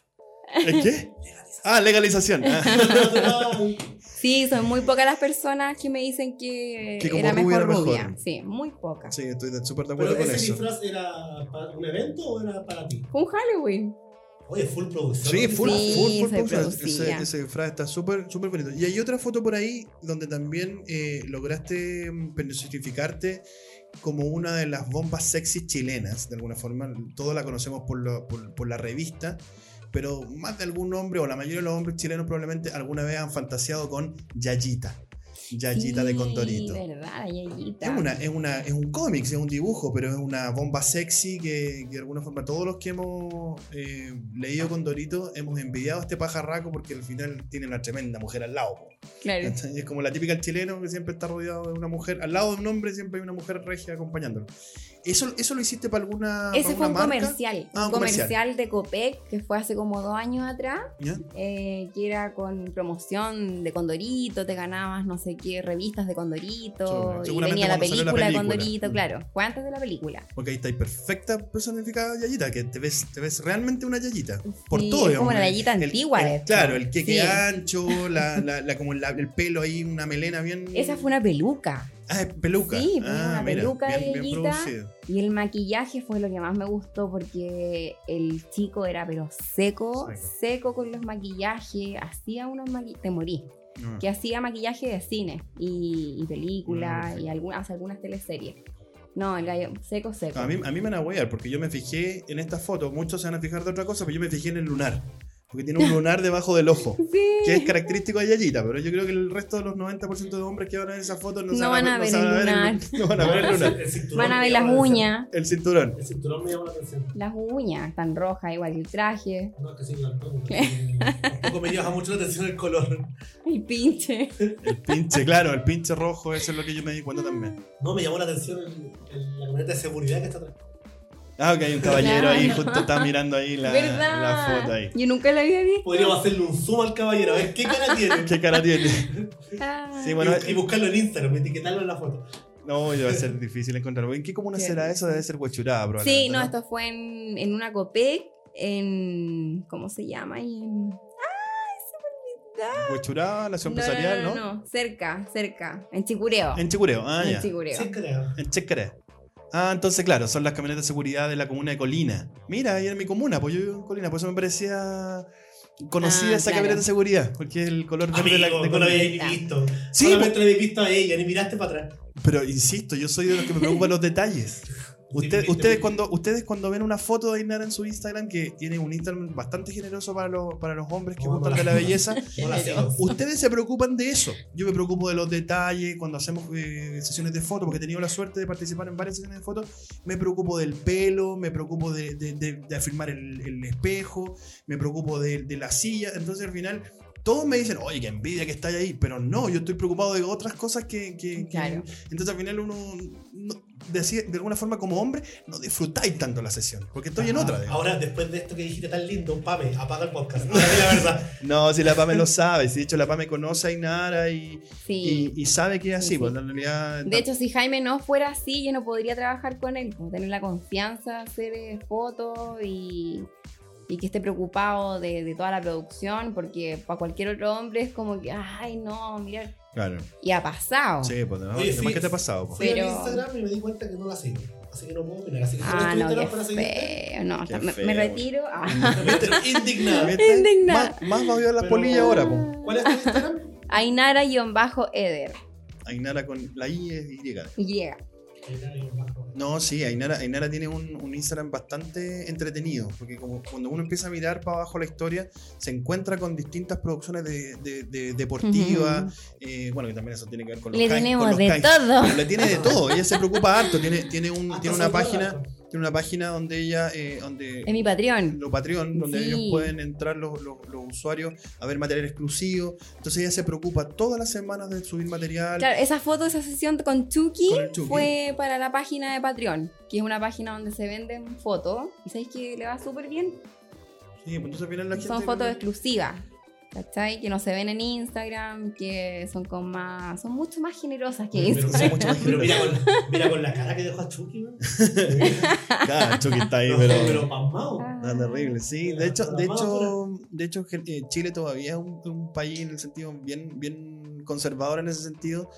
¿Es qué? Ah, legalización. Ah, Natural. Sí, son muy pocas las personas que me dicen que, Que como era rubia mejor era mejor. rubia. Sí, muy pocas. sí, estoy de- súper de ¿Pero acuerdo con ese eso. disfraz era para un evento o era para ti? Fue un Halloween. Oye, full producción. Sí, full, Sí, full, full, se full, producía. Ese, ese disfraz está súper, súper bonito. Y hay otra foto por ahí donde también eh, lograste mm, personificarte como una de las bombas sexy chilenas, de alguna forma. Todos la conocemos por, lo- por, por la revista, pero más de algún hombre, o la mayoría de los hombres chilenos probablemente alguna vez han fantaseado con Yayita. Yayita Sí, de Condorito. verdad, la Yayita. Es, una, es, una, es un cómic, es un dibujo, pero es una bomba sexy que, que de alguna forma todos los que hemos eh, leído Condorito hemos envidiado a este pajarraco porque al final tiene una tremenda mujer al lado. Po. Claro. Es como la típica del chileno que siempre está rodeado de una mujer, al lado de un hombre siempre hay una mujer regia acompañándolo. ¿Eso, eso lo hiciste para alguna Ese para fue un una marca? comercial, Ah, un un comercial. comercial. de Copec que fue hace como dos años atrás, ¿Ya? eh, que era con promoción de Condorito, te ganabas no sé qué revistas de Condorito, y Seguramente venía la cuando salió película, la de película. Condorito, Mm. claro, fue antes de la película. Porque ahí está ahí perfecta personificada Yayita, que te ves, te ves realmente una Yayita. Por Sí, todo, es como digamos. la Yayita El- antigua, el- de hecho. Claro, el queque Sí. ancho, la, la, la, como la- el pelo ahí, una melena bien. Esa fue una peluca. Ah, es peluca. Sí, pues, ah, una mira, peluca de bien, bien Yayita. producido. Y el maquillaje fue lo que más me gustó porque el chico era pero seco, Seco. seco con los maquillajes, hacía unos maquillajes, te morí, Ah. que hacía maquillaje de cine y, y Mm, películas perfecto. y algunas, algunas teleseries. No, el gallo seco, seco. A mí, a mí me van a huear porque yo me fijé en esta foto. Muchos se van a fijar de otra cosa, pero yo me fijé en el lunar. Porque tiene un lunar debajo del ojo. Sí. Que es característico de Yayita, pero yo creo que el resto de los noventa por ciento de hombres que van a ver esa foto no, se No van a no ver se el van a lunar. No van a ver el lunar. El cinturón Van a me ver llama las la uñas, El cinturón. atención. El cinturón me llama la atención. las uñas tan rojas, igual que el traje, No, es que sí, tampoco. Tampoco me llama mucho la atención el color. el pinche. El pinche, claro, el pinche rojo, eso es lo que yo me di cuenta también. No, me llamó la atención el, el- la camioneta de seguridad que está atrás. Ah, ok, hay un caballero ahí, Claro. justo está mirando ahí la, ¿Verdad? la foto ahí. Yo nunca la había visto. Podríamos hacerle un zoom al caballero, a ver qué cara tiene. ¿Qué cara tiene? Ah. Sí, bueno, y, y buscarlo en Instagram, etiquetarlo en la foto. no, va a ser difícil encontrarlo. ¿En qué comuna Qué será rico. eso? Debe ser Huechuraba, probablemente. Sí, no, esto fue en, en una Copec, en. ¿Cómo se llama? Ahí en- Huechuraba, la ciudad No, empresarial, no, ¿no? no, no, cerca, cerca, en Chicureo. En Chicureo, ah, En ya. Chicureo. Sí, creo. En Chicureo. Ah, entonces, claro, son las camionetas de seguridad de la comuna de Colina. Mira, ahí en mi comuna, pues yo vivo en Colina, por eso me parecía conocida Ah, esa claro. camioneta de seguridad, porque es el color verde de la Amigo, de no lo Colina. habéis visto. Sí, Solamente la habéis visto a ella, ni miraste para atrás. Pero insisto, yo soy de los que me preocupan los detalles. Usted- Sí, ustedes, sí. cuando, ustedes cuando ven una foto de Ainara en su Instagram, que tiene un Instagram bastante generoso para los, para los hombres que No, gustan no de la- la belleza, No la sigo. ustedes se preocupan de eso. Yo me preocupo de los detalles cuando hacemos eh, sesiones de fotos, porque he tenido la suerte de participar en varias sesiones de fotos. Me preocupo del pelo, me preocupo de, de, de, de afirmar el, el espejo, me preocupo de, de la silla. Entonces al final todos me dicen, oye, qué envidia que estáis ahí, pero no, yo estoy preocupado de otras cosas que... que- que- Claro. Entonces al final uno, no- decide- de alguna forma como hombre, no disfrutáis tanto la sesión, porque estoy en otra. digamos. Ahora, después de esto que dijiste tan lindo, Pame, apaga el podcast. Ahora di la verdad. No, si la Pame lo sabe, si de hecho la Pame conoce a Ainara y, Sí. y, y sabe que es así, Sí, pues sí. en realidad... De hecho, si Jaime no fuera así, yo no podría trabajar con él. Como tener la confianza de hacer eh, fotos y, y que esté preocupado de, de toda la producción, porque para cualquier otro hombre es como que, ay, no, mira. Claro. Y ha pasado. Sí, pues además, Oye, además fui- ¿qué te ha pasado? Pues? Fui Pero- a Instagram y me di cuenta que no la sigo. Así que no puedo opinar. Así que si Ah, no no, estuviste qué para seguirte, feo. No, Qué está- me, feo. me retiro. Ah. me meto indignado. ¿Viste? Indignada. Más, más va a ver las Pero- polillas ahora, pues. ¿Cuál es tu Instagram? Ainara-Eder. Ainara con la I es Y. Y. No, sí, Ainara, Ainara tiene un, un Instagram bastante entretenido, porque como cuando uno empieza a mirar para abajo la historia, se encuentra con distintas producciones de, de- de- deportivas, eh, bueno, que también eso tiene que ver con los Le kai- con tenemos los de kai- todo. Le tiene de todo, ella se preocupa harto, tiene, tiene, un, Hasta tiene una soy página, todo. tiene una página donde ella, eh, donde Es mi Patreon. lo Patreon, donde Sí. ellos pueden entrar los, los- los usuarios a ver material exclusivo. Entonces ella se preocupa todas las semanas de subir material. Claro, esa foto, esa sesión con Chucky, Con el Chucky. fue para la página de Patreon, que es una página donde se venden fotos. Y sabéis que le va súper bien. Sí, pues entonces al final la gente... Son fotos exclusivas, ¿cachai? Que no se ven en Instagram, que son con más, son mucho más generosas que Pero, Instagram. mucho más pero mira, con, mira con la cara que dejó a Chucky, man. Claro, Chucky está ahí, No, pero... pero pasmado. Ah. No, terrible, sí. Mira, De hecho, de la más hecho, de hecho eh, Chile todavía es un, un país en el sentido bien, bien conservador en ese sentido.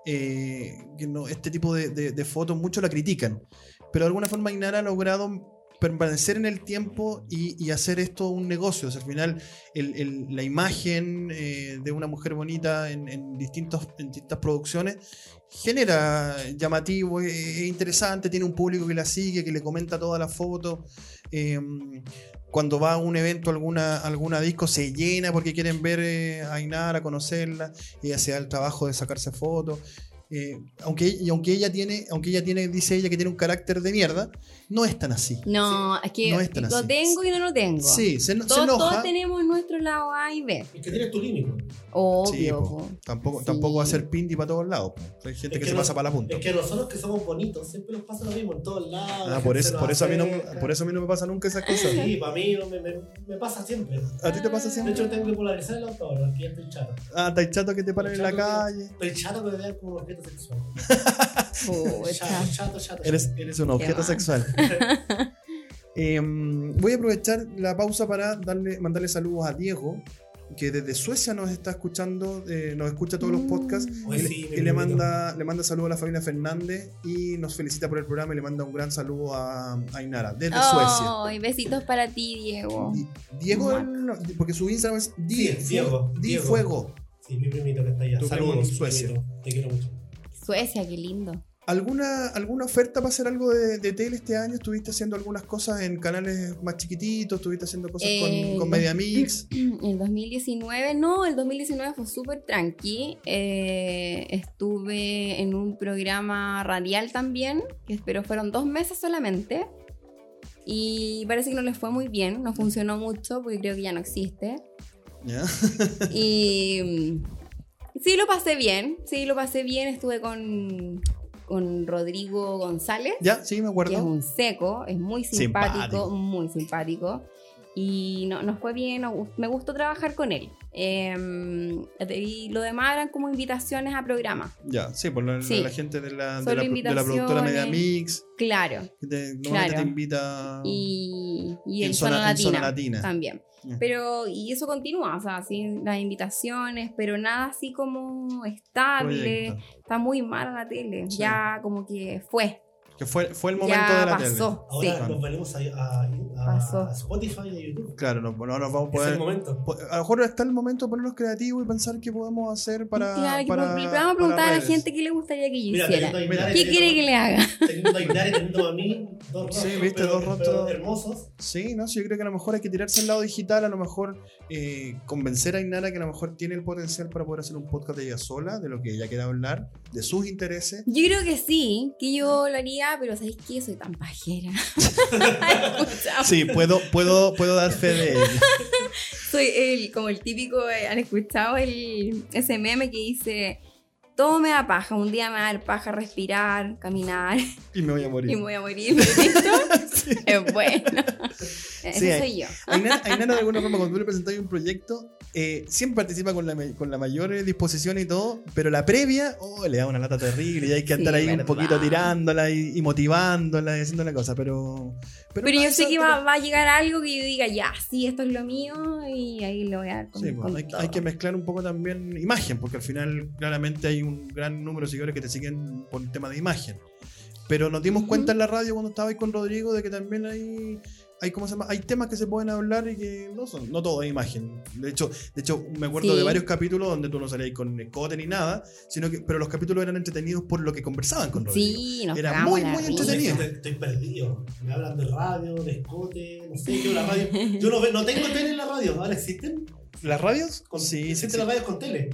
eh, que no, este tipo de, de- de fotos muchos la critican. Pero de alguna forma Ainara ha logrado permanecer en el tiempo y, y hacer esto un negocio. O sea, al final, el, el, la imagen eh, de una mujer bonita en, en, distintos, en distintas producciones genera llamativo, es, es interesante, tiene un público que la sigue, que le comenta todas las fotos. Eh, cuando va a un evento, alguna, alguna disco, se llena porque quieren ver eh, a Ainara, conocerla, y ella se da el trabajo de sacarse fotos. Eh, aunque, y aunque ella tiene, aunque ella tiene, dice ella que tiene un carácter de mierda, no es tan así. No, sí. Es que no es tan lo así. tengo y no lo tengo. Sí, se, todos, se enoja. Todos tenemos nuestro lado A y B. Es que tienes tu límite. Obvio. Sí, po. Tampoco, sí. tampoco va a ser pindi para todos lados. Po. Hay gente es que, que se no, pasa para la punta. Es que nosotros que somos bonitos siempre nos pasa lo mismo en todos lados. Ah, por eso, por, eso a mí no, por eso a mí no me pasa nunca esas cosas. Sí, para mí me, me, me pasa siempre. ¿A ti te pasa siempre? De hecho, tengo que polarizar el auto ahora, aquí estoy chato. Ah, estáis chato que te paran en la calle. Que, estoy chato que me vean como un objeto sexual. Pucha. Chato, chato, chato. Eres, eres un objeto sexual. eh, voy a aprovechar la pausa para darle, mandarle saludos a Diego, que desde Suecia nos está escuchando, eh, nos escucha todos los podcasts. Mm. Y, Sí, y le manda le manda saludos a la familia Fernández y nos felicita por el programa y le manda un gran saludo a, a Ainara desde oh, Suecia. Y besitos para ti, Diego. Y Diego, el, porque su Instagram es Di, sí, Diego, Di Diego. Fuego. Sí, mi primito que está allá. Tu Saludos, primo en Suecia. primito. Te quiero mucho. Suecia, qué lindo. ¿Alguna, ¿Alguna oferta para hacer algo de, de tele este año? ¿Estuviste haciendo algunas cosas en canales más chiquititos? ¿Estuviste haciendo cosas Eh, con, con Media Mix? El dos mil diecinueve, no, el dos mil diecinueve fue súper tranqui. Eh, estuve en un programa radial también, que pero fueron dos meses solamente. Y parece que no les fue muy bien, no funcionó mucho porque creo que ya no existe. ¿Ya? Y sí lo pasé bien, sí lo pasé bien, estuve con, con Rodrigo González. Ya, sí, me acuerdo. Que es un seco, es muy simpático, Simpático. muy simpático. Y no, nos fue bien, nos, me gustó trabajar con él. Eh, y lo demás eran como invitaciones a programas. Ya, sí, por la, Sí. la gente de la, de Solo la, de la productora Media Mix. Claro. Que te, normalmente Claro. te invita Y, y en en zona- zona, en zona latina, latina. también. Ya. Pero, y eso continúa, o sea, así las invitaciones, pero nada así como estable. Proyecto. Está muy mal la tele. Sí. Ya como que fue. Que fue, fue el momento Ya de la pasó. tele. Ahora Sí. nos venimos a, a, a, Pasó. a Spotify y a YouTube. Claro, no, no nos vamos a Es el poder. momento. po- A lo mejor está el momento de ponernos creativos y pensar qué podemos hacer para. Claro, que para, le vamos a para preguntar a la redes. gente qué le gustaría que yo Mira, hiciera. teniendo a Mira. Ainara, ¿Qué teniendo- quiere que le haga? Teniendo a Ainara y teniendo a mí, dos rostros, Sí, viste, pero- dos pero rostros. hermosos. Sí, no, sí, yo creo que a lo mejor hay que tirarse al lado digital, a lo mejor eh, convencer a Ainara que a lo mejor tiene el potencial para poder hacer un podcast de ella sola, de lo que ella quiera hablar, de sus intereses. Yo creo que sí, que yo lo haría, pero ¿sabéis qué? Soy tan pajera. Escuchamos. Sí, puedo, puedo, puedo dar fe de ella. Soy el, como el típico, eh, ¿han escuchado el, ese meme que dice, todo me da paja, un día me va a dar paja respirar, caminar Y me voy a morir. y me voy a morir, ¿lo he visto? Es bueno. Ese Sí, soy yo. Ainara, Ainara, de alguna forma, cuando tú le presentas un proyecto, eh, siempre participa con la, me- con la mayor eh, disposición y todo, pero la previa, oh, le da una lata terrible y hay que Sí, andar ahí un verdad. poquito tirándola y, y motivándola y haciendo la cosa, pero... Pero no, yo sé eso- que va, va a llegar algo que yo diga, ya, sí, esto es lo mío, y ahí lo voy a dar con, Sí, pues, con hay, todo. hay que mezclar un poco también imagen, porque al final claramente hay un gran número de seguidores que te siguen por el tema de imagen. Pero nos dimos Ujú. cuenta en la radio cuando estaba ahí con Rodrigo de que también hay, hay, ¿cómo se llama? Hay temas que se pueden hablar y que no son, no todo es imagen. De hecho, de hecho me acuerdo Sí. de varios capítulos donde tú no salías con escote ni nada, sino que, pero los capítulos eran entretenidos por lo que conversaban con Rodrigo. Sí, nos Era cagamos muy, la muy risa. No sé, entretenido. estoy, estoy perdido. Me hablan de radio, de escote, no sé qué la radio. Yo no, ve- no tengo tele en la radio. ¿Ahora existen? ¿Las radios? Con, Sí, sí, ¿Existen sí. las radios con tele?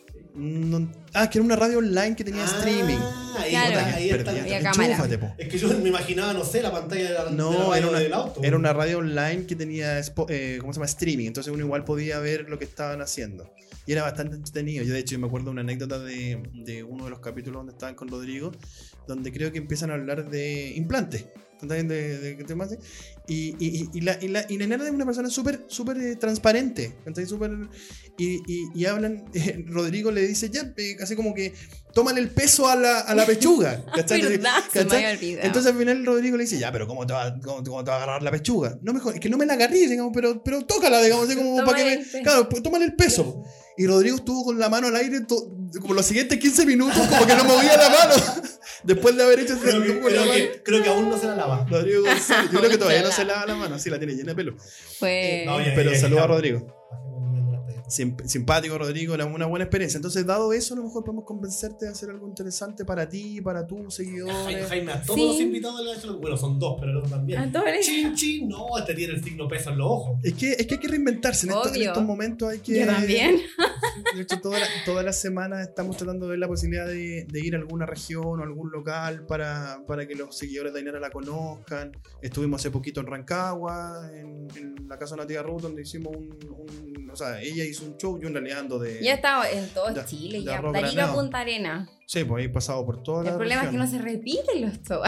No- ah, que era una radio online que tenía streaming. Ahí, Claro. está, ahí está. Perdí. Había cámara. Enchúfate, po. Es que yo me imaginaba, no sé, la pantalla de la, de la No, radio era una, del auto. era una radio online que tenía, spo- eh, ¿cómo se llama? Streaming. Entonces uno igual podía ver lo que estaban haciendo. Y era bastante entretenido. Yo de hecho me acuerdo de una anécdota de, de uno de los capítulos donde estaban con Rodrigo, donde creo que empiezan a hablar de implantes. ¿Entendés? De, de, de temas así. Y, y, y, y la, y la y Ainara es una persona súper súper eh, transparente. ¿Entendés? Súper... Y, y, y hablan, eh, Rodrigo le dice, ya, eh, así como que tómale el peso a la, a la pechuga. ¿Cachai? ¿Verdad? Se me ¿Cachai? había olvidado. Entonces al final Rodrigo le dice, ya, pero ¿cómo te va, cómo, cómo te va a agarrar la pechuga? No, mejor, es que no me la agarré, digamos, pero, pero tócala, digamos, así como Tómale para que el me... peso. Claro, pues, tómale el peso. Y Rodrigo estuvo con la mano al aire to- como los siguientes quince minutos, como que no movía la mano. Después de haber hecho ese Creo que, truco en la creo, mano. que, creo que aún no se la lava. Rodrigo González, yo creo que todavía no Se se lava. lava la mano, sí, la tiene llena de pelo. Fue... No, ya- Pero ya- ya- saluda a ya- Rodrigo. Sim- simpático, Rodrigo, era una buena experiencia. Entonces, dado eso, a lo mejor podemos convencerte de hacer algo interesante para ti, para tus Jaime, seguidores. Jaime, a todos Sí. los invitados le ha hecho lo- bueno, son dos, pero el otro también. A todos les- Chin, chin, no, este tiene el signo peso en los ojos. Es que, es que hay que reinventarse. En, estos- en Obvio. estos momentos hay que. Yo también. De hecho, toda la, toda la semana estamos tratando de ver la posibilidad de, de ir a alguna región o algún local para, para que los seguidores de Ainara la conozcan. Estuvimos hace poquito en Rancagua, en, en la casa nativa Ruth, donde hicimos un, un- O sea, ella hizo un show, yo en realidad ando de. Ya he estado en todo Ya- Chile, ya ya. arroz De Arica a granado. Punta Arena. Sí, pues ahí he pasado por todas las. El problema es que no regiones. se repiten los shows.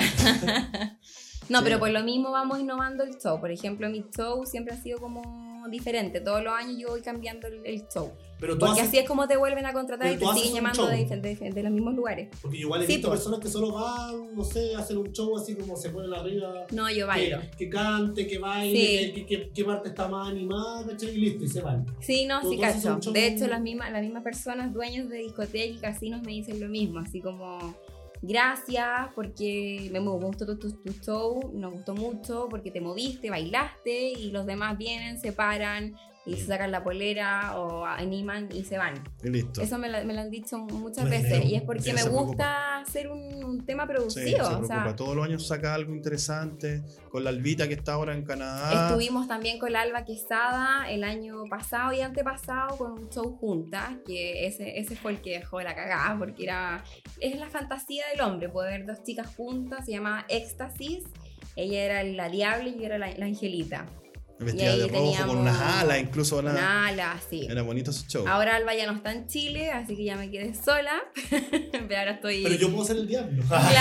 No, Sí. pero por lo mismo vamos innovando el show. Por ejemplo, mi show siempre ha sido como diferente. Todos los años yo voy cambiando el, el show. Pero tú Porque haces, así es como te vuelven a contratar Pero y tú te haces siguen un llamando de, show. de- de los mismos lugares. porque igual he Sí, visto pues. personas que solo van, no sé, hacen un show así como se ponen arriba. No, yo Que, bailo. que cante, que baile, Sí. que, que, que parte está más animada, ¿cachai? Y listo, y se van. Sí, no, Tú- sí tú haces cacho. un show- De hecho, las mismas, las mismas personas, dueños de discotecas y casinos, me dicen lo mismo. Así como, gracias porque me, me gustó tu, tu, tu show, nos gustó mucho porque te moviste, bailaste y los demás vienen, se paran y se sacan la polera o animan y se van. Y listo. Eso me, la- me lo han dicho muchas Me veces creo. y es porque Sí, me se gusta hacer un, un tema Sí, se producido. o preocupa. sea, Todos los años saca algo interesante. Con la Albita que está ahora en Canadá. estuvimos también con la Alba Quesada el año pasado y antepasado con un show juntas, que ese, ese fue el que dejó la cagada, porque era es la fantasía del hombre, poder ver dos chicas juntas, se llama Éxtasis. Ella era la Diabla y yo era la, la Angelita. Vestida y ahí de rojo, con teníamos unas alas, incluso. Una, Una ala, sí. Era bonito ese show. Ahora Alba ya no está en Chile, así que ya me quedé sola. Pero ahora estoy. Pero yo puedo ser el diablo.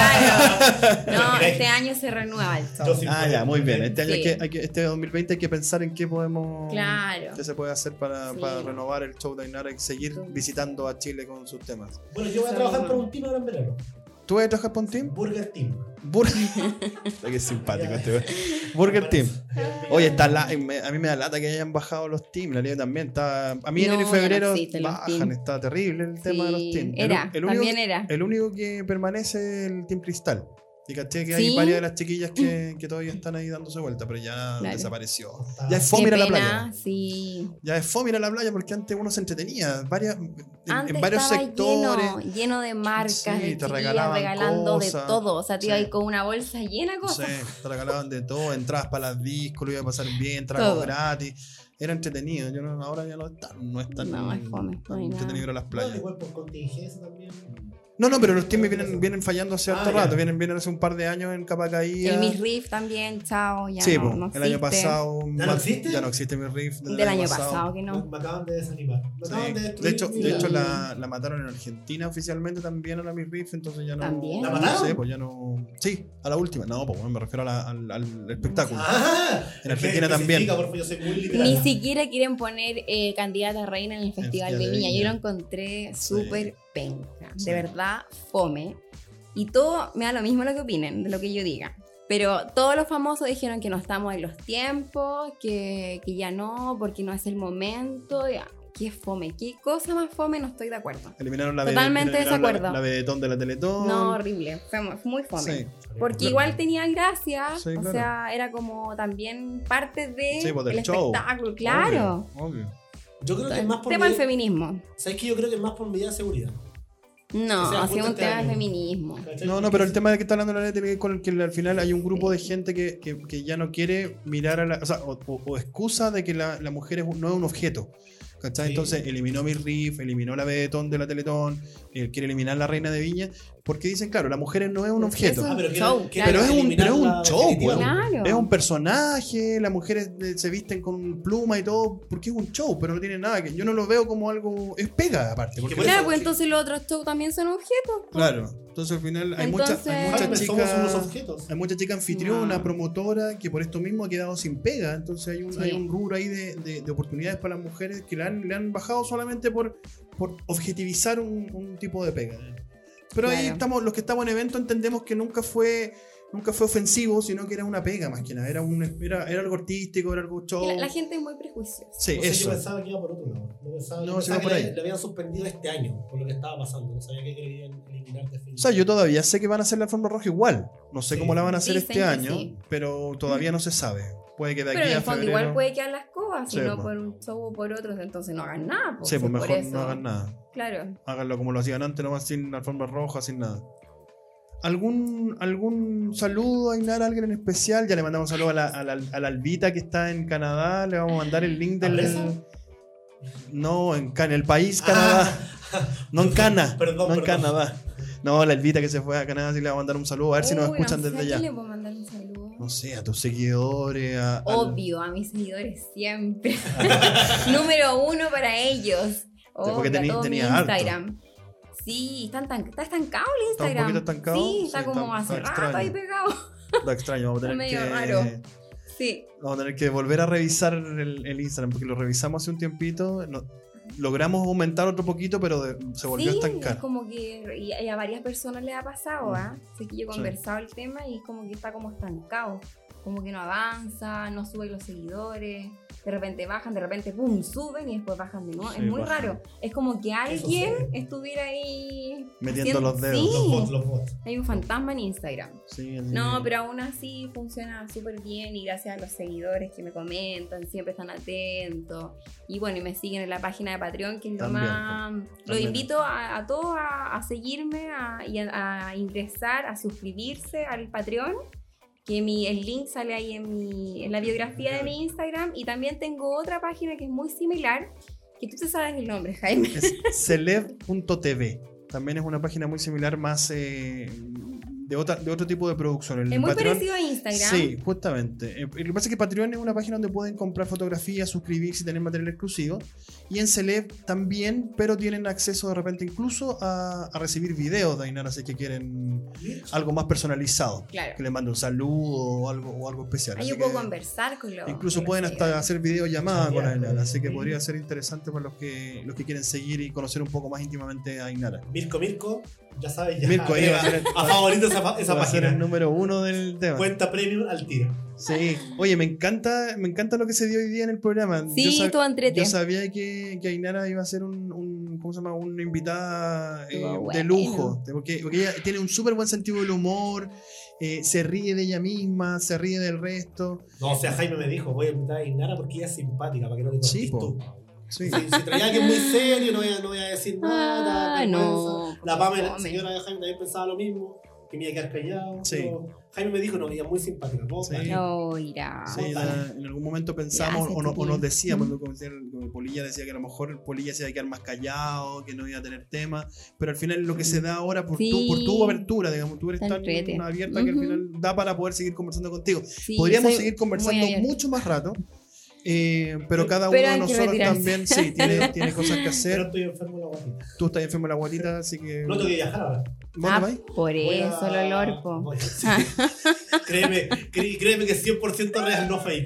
Claro. No, Mira, este año se renueva el show. yo sí Ah, puedo. ya, muy bien. Este año Sí. hay que, hay que- este dos mil veinte hay que pensar en qué podemos. Claro. ¿Qué se puede hacer para, Sí. para renovar el show de Ainara y seguir Sí. visitando a Chile con sus temas? Bueno, yo voy a trabajar por un team ahora en verano. ¿Tú vas a trabajar por un team? Burger Team. Burger. Qué simpático este güey. Burger Team. Oye, está la- me- a mí me da lata que hayan bajado los teams. La liga también está. A mí No, enero y ya no febrero existen los bajan. teams. Está terrible el tema de los Sí, teams. era, el, el único, también era. El único que permanece es el Team Cristal. Y caché que hay Sí. varias de las chiquillas que, que todavía están ahí dándose vuelta, pero ya Claro. desapareció. Está- Ya es fome Qué ir a la pena, playa. sí. Ya es fome ir a la playa porque antes uno se entretenía. Varias, en, Antes en varios estaba sectores. lleno, lleno de marcas, Sí, de te chiquillas regalaban regalando cosas. de todo. O sea, te Sí. iba ahí con una bolsa llena de Sí, cosas. te regalaban de todo, entradas para las discos, lo iba a pasar bien, tragos Todo. gratis. Era entretenido. Yo no, ahora ya no es tan, no es tan, No, es fome, tan no hay nada. entretenido ir a las Bueno, playas. igual por contingencia también. No, no, pero los teams vienen, vienen fallando hace harto Ah, ya. rato. Vienen, vienen hace un par de años en capa Y caída. el Miss Riff también, chao, ya Sí, no, po, no el año existe. pasado. ¿Ya no existe? Ya no existe mi riff. Del año pasado, que no. Me, me acaban de desanimar. Me Sí. acaban de De destruir. hecho, mi de hecho vida. la, la mataron en Argentina oficialmente también a la Miss Riff, entonces ya no. ¿También? ¿La mataron? Sí, pues ya no. Sí, a la última. No, pues bueno, me refiero a la- al, al espectáculo. Ah, En Argentina también. especifica, por favor, yo soy muy literal. Ni siquiera quieren poner eh, candidata a reina en el Festival Festival de de Viña. Yo Viña. lo encontré Sí. súper penca. Sí. De verdad, fome. Y todo, me da lo mismo lo que opinen, de lo que yo diga. Pero todos los famosos dijeron que no estamos en los tiempos, que, que ya no, porque no es el momento. Ya. Qué fome, qué cosa más fome, no estoy de acuerdo. Eliminaron la Totalmente eliminaron desacuerdo. La, la Vedetón de la Teletón. No, horrible, fue mu- fue muy fome. Sí. Porque Claro. igual tenía gracia, Sí, o claro. sea, era como también parte de Sí, pues, del el show. espectáculo, claro. Obvio, obvio. Yo creo que es más por Tema del medida- feminismo. ¿Sabes que yo creo que es más por medida de seguridad? No, Que sea ha justo sido un este tema de año. feminismo. ¿Cachai? No, no, pero el tema de que está hablando la neta tiene que ver con el que al final hay un grupo de gente que, que, que ya no quiere mirar a la. O sea, o, o- o excusa de que la, la mujer es un- no es un objeto. ¿Cachai? Sí. Entonces eliminó mi riff, eliminó la Vedetón de la Teletón, eh, quiere eliminar la Reina de Viña, porque dicen, claro, la mujer no es un objeto. Es Ah, un pero quieren- show, quieren Pero es un, eliminar pero es un la show, definitiva. pues. Claro. Es un personaje, las mujeres eh, se visten con pluma y todo, porque es un show, pero no tiene nada que. Yo no lo veo como algo. Es pega aparte. Porque, por Claro, eso pues que- entonces los otros shows también son objetos. claro. Entonces al final hay muchas Entonces- hay muchas Jaime, somos unos chicas. objetos. Hay mucha chica anfitriona, No. promotora, que por esto mismo ha quedado sin pega. Entonces hay un, Sí. hay un rubro ahí de, de- de oportunidades para las mujeres que le han, le han bajado solamente por, por objetivizar un, un tipo de pega. Pero ahí Claro. estamos, los que estamos en evento entendemos que nunca fue nunca fue ofensivo, sino que era una pega más que nada. Era, un, era, era algo artístico, era algo show. La, la gente es muy prejuiciosa. Sí, No sé, eso. yo pensaba que iba por otro lado. No, pensaba, No, yo se va pensaba por que ahí. le, le habían suspendido este año por lo que estaba pasando. No sabía que querían eliminar definitivamente. O sea, yo todavía sé que van a hacer la alfombra roja igual. No sé Sí. cómo la van a hacer Dicen este que año, sí. pero todavía no se sabe. Puede que de Pero aquí en a el fondo febrero... igual puede quedar las cosas, Sí, si no po. por un show o por otro, entonces no hagan nada. Po, Sí, pues si mejor por eso. no hagan nada. Claro. Háganlo como lo hacían antes, nomás sin alfombra roja, sin nada. ¿Algún, algún saludo a Ainara, alguien en especial? Ya le mandamos saludo a la, a, la, a la Albita que está en Canadá. Le vamos a mandar el link del... ¿Presa? No, en, Can- en el país Canadá. Ah. No en Cana. Perdón, no en perdón. Canadá. No, la Elvita que se fue a Canadá, sí le va a mandar un saludo. A ver si nos Uy, escuchan no sé, desde ¿a quién allá. le puedo mandar un saludo? No sé, a tus seguidores. A, al- Obvio, a mis seguidores siempre. Número uno para ellos. porque Obvio, tení- a todo mi tenía harto. Instagram. Sí, están tan, está estancado el Está un Instagram. poquito estancado. Sí, Sí, está como está- hace está rato extraño. ahí pegado. Lo extraño, vamos a tener Está medio que. raro. Sí. Vamos a tener que volver a revisar el, el Instagram, porque lo revisamos hace un tiempito. no- logramos aumentar otro poquito, pero de- se volvió Sí, a estancar. es como que y, y a varias personas les ha pasado, ¿ah? Así que yo he Sí. conversado el tema y es como que está como estancado. Como que no avanza, no sube los seguidores, de repente bajan, de repente pum, suben y después bajan de nuevo. Sí, es muy bajan. raro. Es como que Eso alguien sí. estuviera ahí Metiendo haciendo- los dedos. Sí, Los bots, los bots. hay un fantasma en Instagram. Sí, así No, que- pero aún así funciona súper bien y gracias a los seguidores que me comentan, siempre están atentos. Y bueno, y me siguen en la página de Patreon, que es lo También, más... Los también. invito a, a todos a, a seguirme a- y a, a ingresar, a suscribirse al Patreon, que mi, el link sale ahí en, mi, en la biografía de mi Instagram. Y también tengo otra página que es muy similar, que tú te sabes el nombre, Jaime. Es celeb punto t v. También es una página muy similar, más eh, de, otra, de otro tipo de producción. El Es muy Patreon- parecido a Instagram. Sí, justamente. Eh, Lo que pasa es que Patreon es una página donde pueden comprar fotografías, suscribirse y tener material exclusivo. Y en Celeb también, pero tienen acceso de repente incluso a, a recibir videos de Ainara, si que quieren algo más personalizado. Claro. Que les mande un saludo o algo, o algo especial. Ahí Así yo puedo que conversar con los... incluso con los pueden hasta seguidores. hacer videollamadas con Chatear, Ainara. Así que sí. podría ser interesante para los que, los que quieren seguir y conocer un poco más íntimamente a Ainara. Mirko, Mirko, ya sabes, ya. Mirko, ahí va a ser el- a favorito esa, pa- esa Va a ser el página. número uno del tema. Cuenta premium al tiro. Sí, oye, me encanta, me encanta lo que se dio hoy día en el programa. Sí, Yo sab- estuvo entrete. Yo sabía que, que Ainara iba a ser un, un- ¿cómo se llama? Una invitada eh, Estuvo de bueno. lujo, porque, porque ella tiene un súper buen sentido del humor, eh, se ríe de ella misma, se ríe del resto. No, o sea, Jaime me dijo, voy a invitar a Inara porque ella es simpática, para que no te Sí, cortes po. tú. Sí. Si, si traía a alguien muy serio, no voy a, no voy a decir nada. Ah, vergüenza. no. La Pamela, la Fome. señora de Jaime también pensaba lo mismo, que me iba a quedar callado. Sí. Pero Jaime me dijo, no, ella es muy simpática. ¿Puedo Sí. hablar? No, irá. Sí, la- en algún momento pensamos Gracias, o, no- o chiquillo. nos decíamos, Ujú. ¿no? como, decía, como Polilla decía que a lo mejor Polilla se iba a quedar más callado, que no iba a tener tema, pero al final lo que se da ahora por, Sí. tu, por tu abertura, digamos, tú eres Está tan entrete. abierta que al Ujú. final da para poder seguir conversando contigo. Sí, Podríamos soy seguir muy conversando abierta. mucho más rato, eh, pero cada Pero uno de hay que nosotros retirarse. también sí, tiene, tiene cosas que Pero hacer. estoy enfermo de la guatita. Tú estás enfermo de la guatita, así que... No tengo que viajar ahora. ¿Vos Ah, te vas? por Voy a- eso el olor, po. voy a- sí. créeme, cré- créeme que es cien por ciento real, no fake.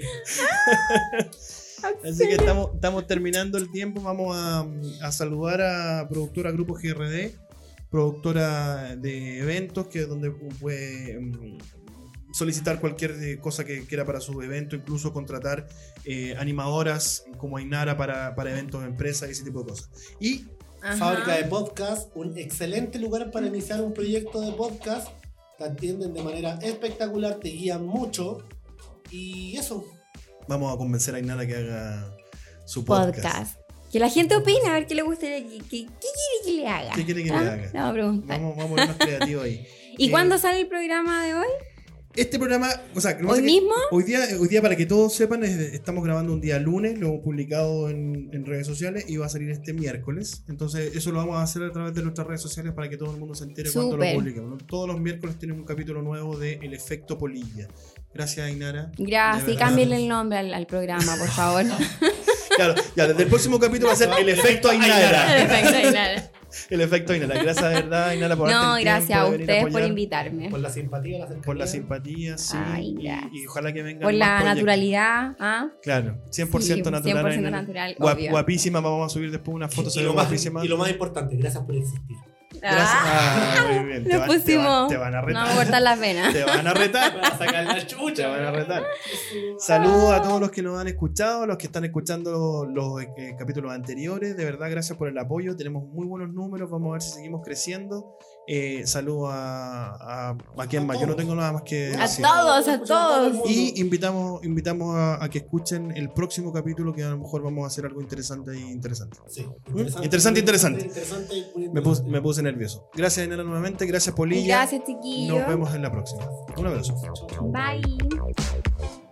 Así que estamos, estamos terminando el tiempo. Vamos a, a saludar a productora Grupo G R D, productora de eventos, que es donde puede mm, solicitar cualquier eh, cosa que quiera para su evento, incluso contratar eh, animadoras como Ainara para, para eventos de empresas y ese tipo de cosas. Y Ajá. Fábrica de podcast, un excelente lugar para iniciar un proyecto de podcast. Te atienden de manera espectacular, te guían mucho. Y eso. vamos a convencer a Ainara que haga su podcast. Podcast. Que la gente opine, a ver qué le gustaría, que, que- qué quiere que le haga. ¿Qué quiere que le ¿Ah? haga? Le vamos a preguntar. Vamos, vamos a ponernos creativos ahí. ¿Y Eh, cuándo sale el programa de hoy? Este programa, o sea, lo que pasa ¿Hoy es que mismo? Hoy día, hoy día, para que todos sepan, es- estamos grabando un día lunes, lo hemos publicado en, en redes sociales y va a salir este miércoles. Entonces, eso lo vamos a hacer a través de nuestras redes sociales para que todo el mundo se entere cuando lo Súper. publicamos, ¿no? Todos los miércoles tienen un capítulo nuevo de El Efecto Polilla. Gracias, Ainara. Gracias, De y verdad. cámbienle el nombre al, al programa, por favor. Claro, ya, desde el próximo capítulo va a ser El Efecto Ainara. Perfecto, Ainara. El Efecto Ainara. Gracias, de verdad, Ainara, por darte No, el gracias tiempo a de venir ustedes por apoyar, invitarme. Por la simpatía, la cercanía. por la simpatía, sí. Ay, y, gracias. y ojalá que vengan Por más la proyectos. naturalidad. ¿Ah? Claro, cien por ciento Sí, natural. cien por ciento Ainara. natural, Guap- obvio. Guapísima, vamos a subir después una foto, se Y ve lo, más, guapísima. y lo más importante, gracias por existir. Gracias. Ah, muy bien. Te, Nos van, te, van, pusimos. te van a No retar. vamos a cortar las venas. Te van a retar. Para sacar la Te chucha. van a retar. Saludos a todos los que nos han escuchado, los que están escuchando los eh, capítulos anteriores. De verdad, gracias por el apoyo. Tenemos muy buenos números. Vamos a ver si seguimos creciendo. Eh, saludos a, a, a quien más. Yo no tengo nada más que A decir. todos, a todos. Y invitamos, invitamos a, a que escuchen el próximo capítulo, que a lo mejor vamos a hacer algo interesante y interesante. Sí, Interesante, interesante. interesante y muy Me puse, interesante. me puse nervioso. Gracias, Inela, nuevamente. Gracias, Polilla. Gracias, chiquillos. Nos vemos en la próxima. Un abrazo. Bye.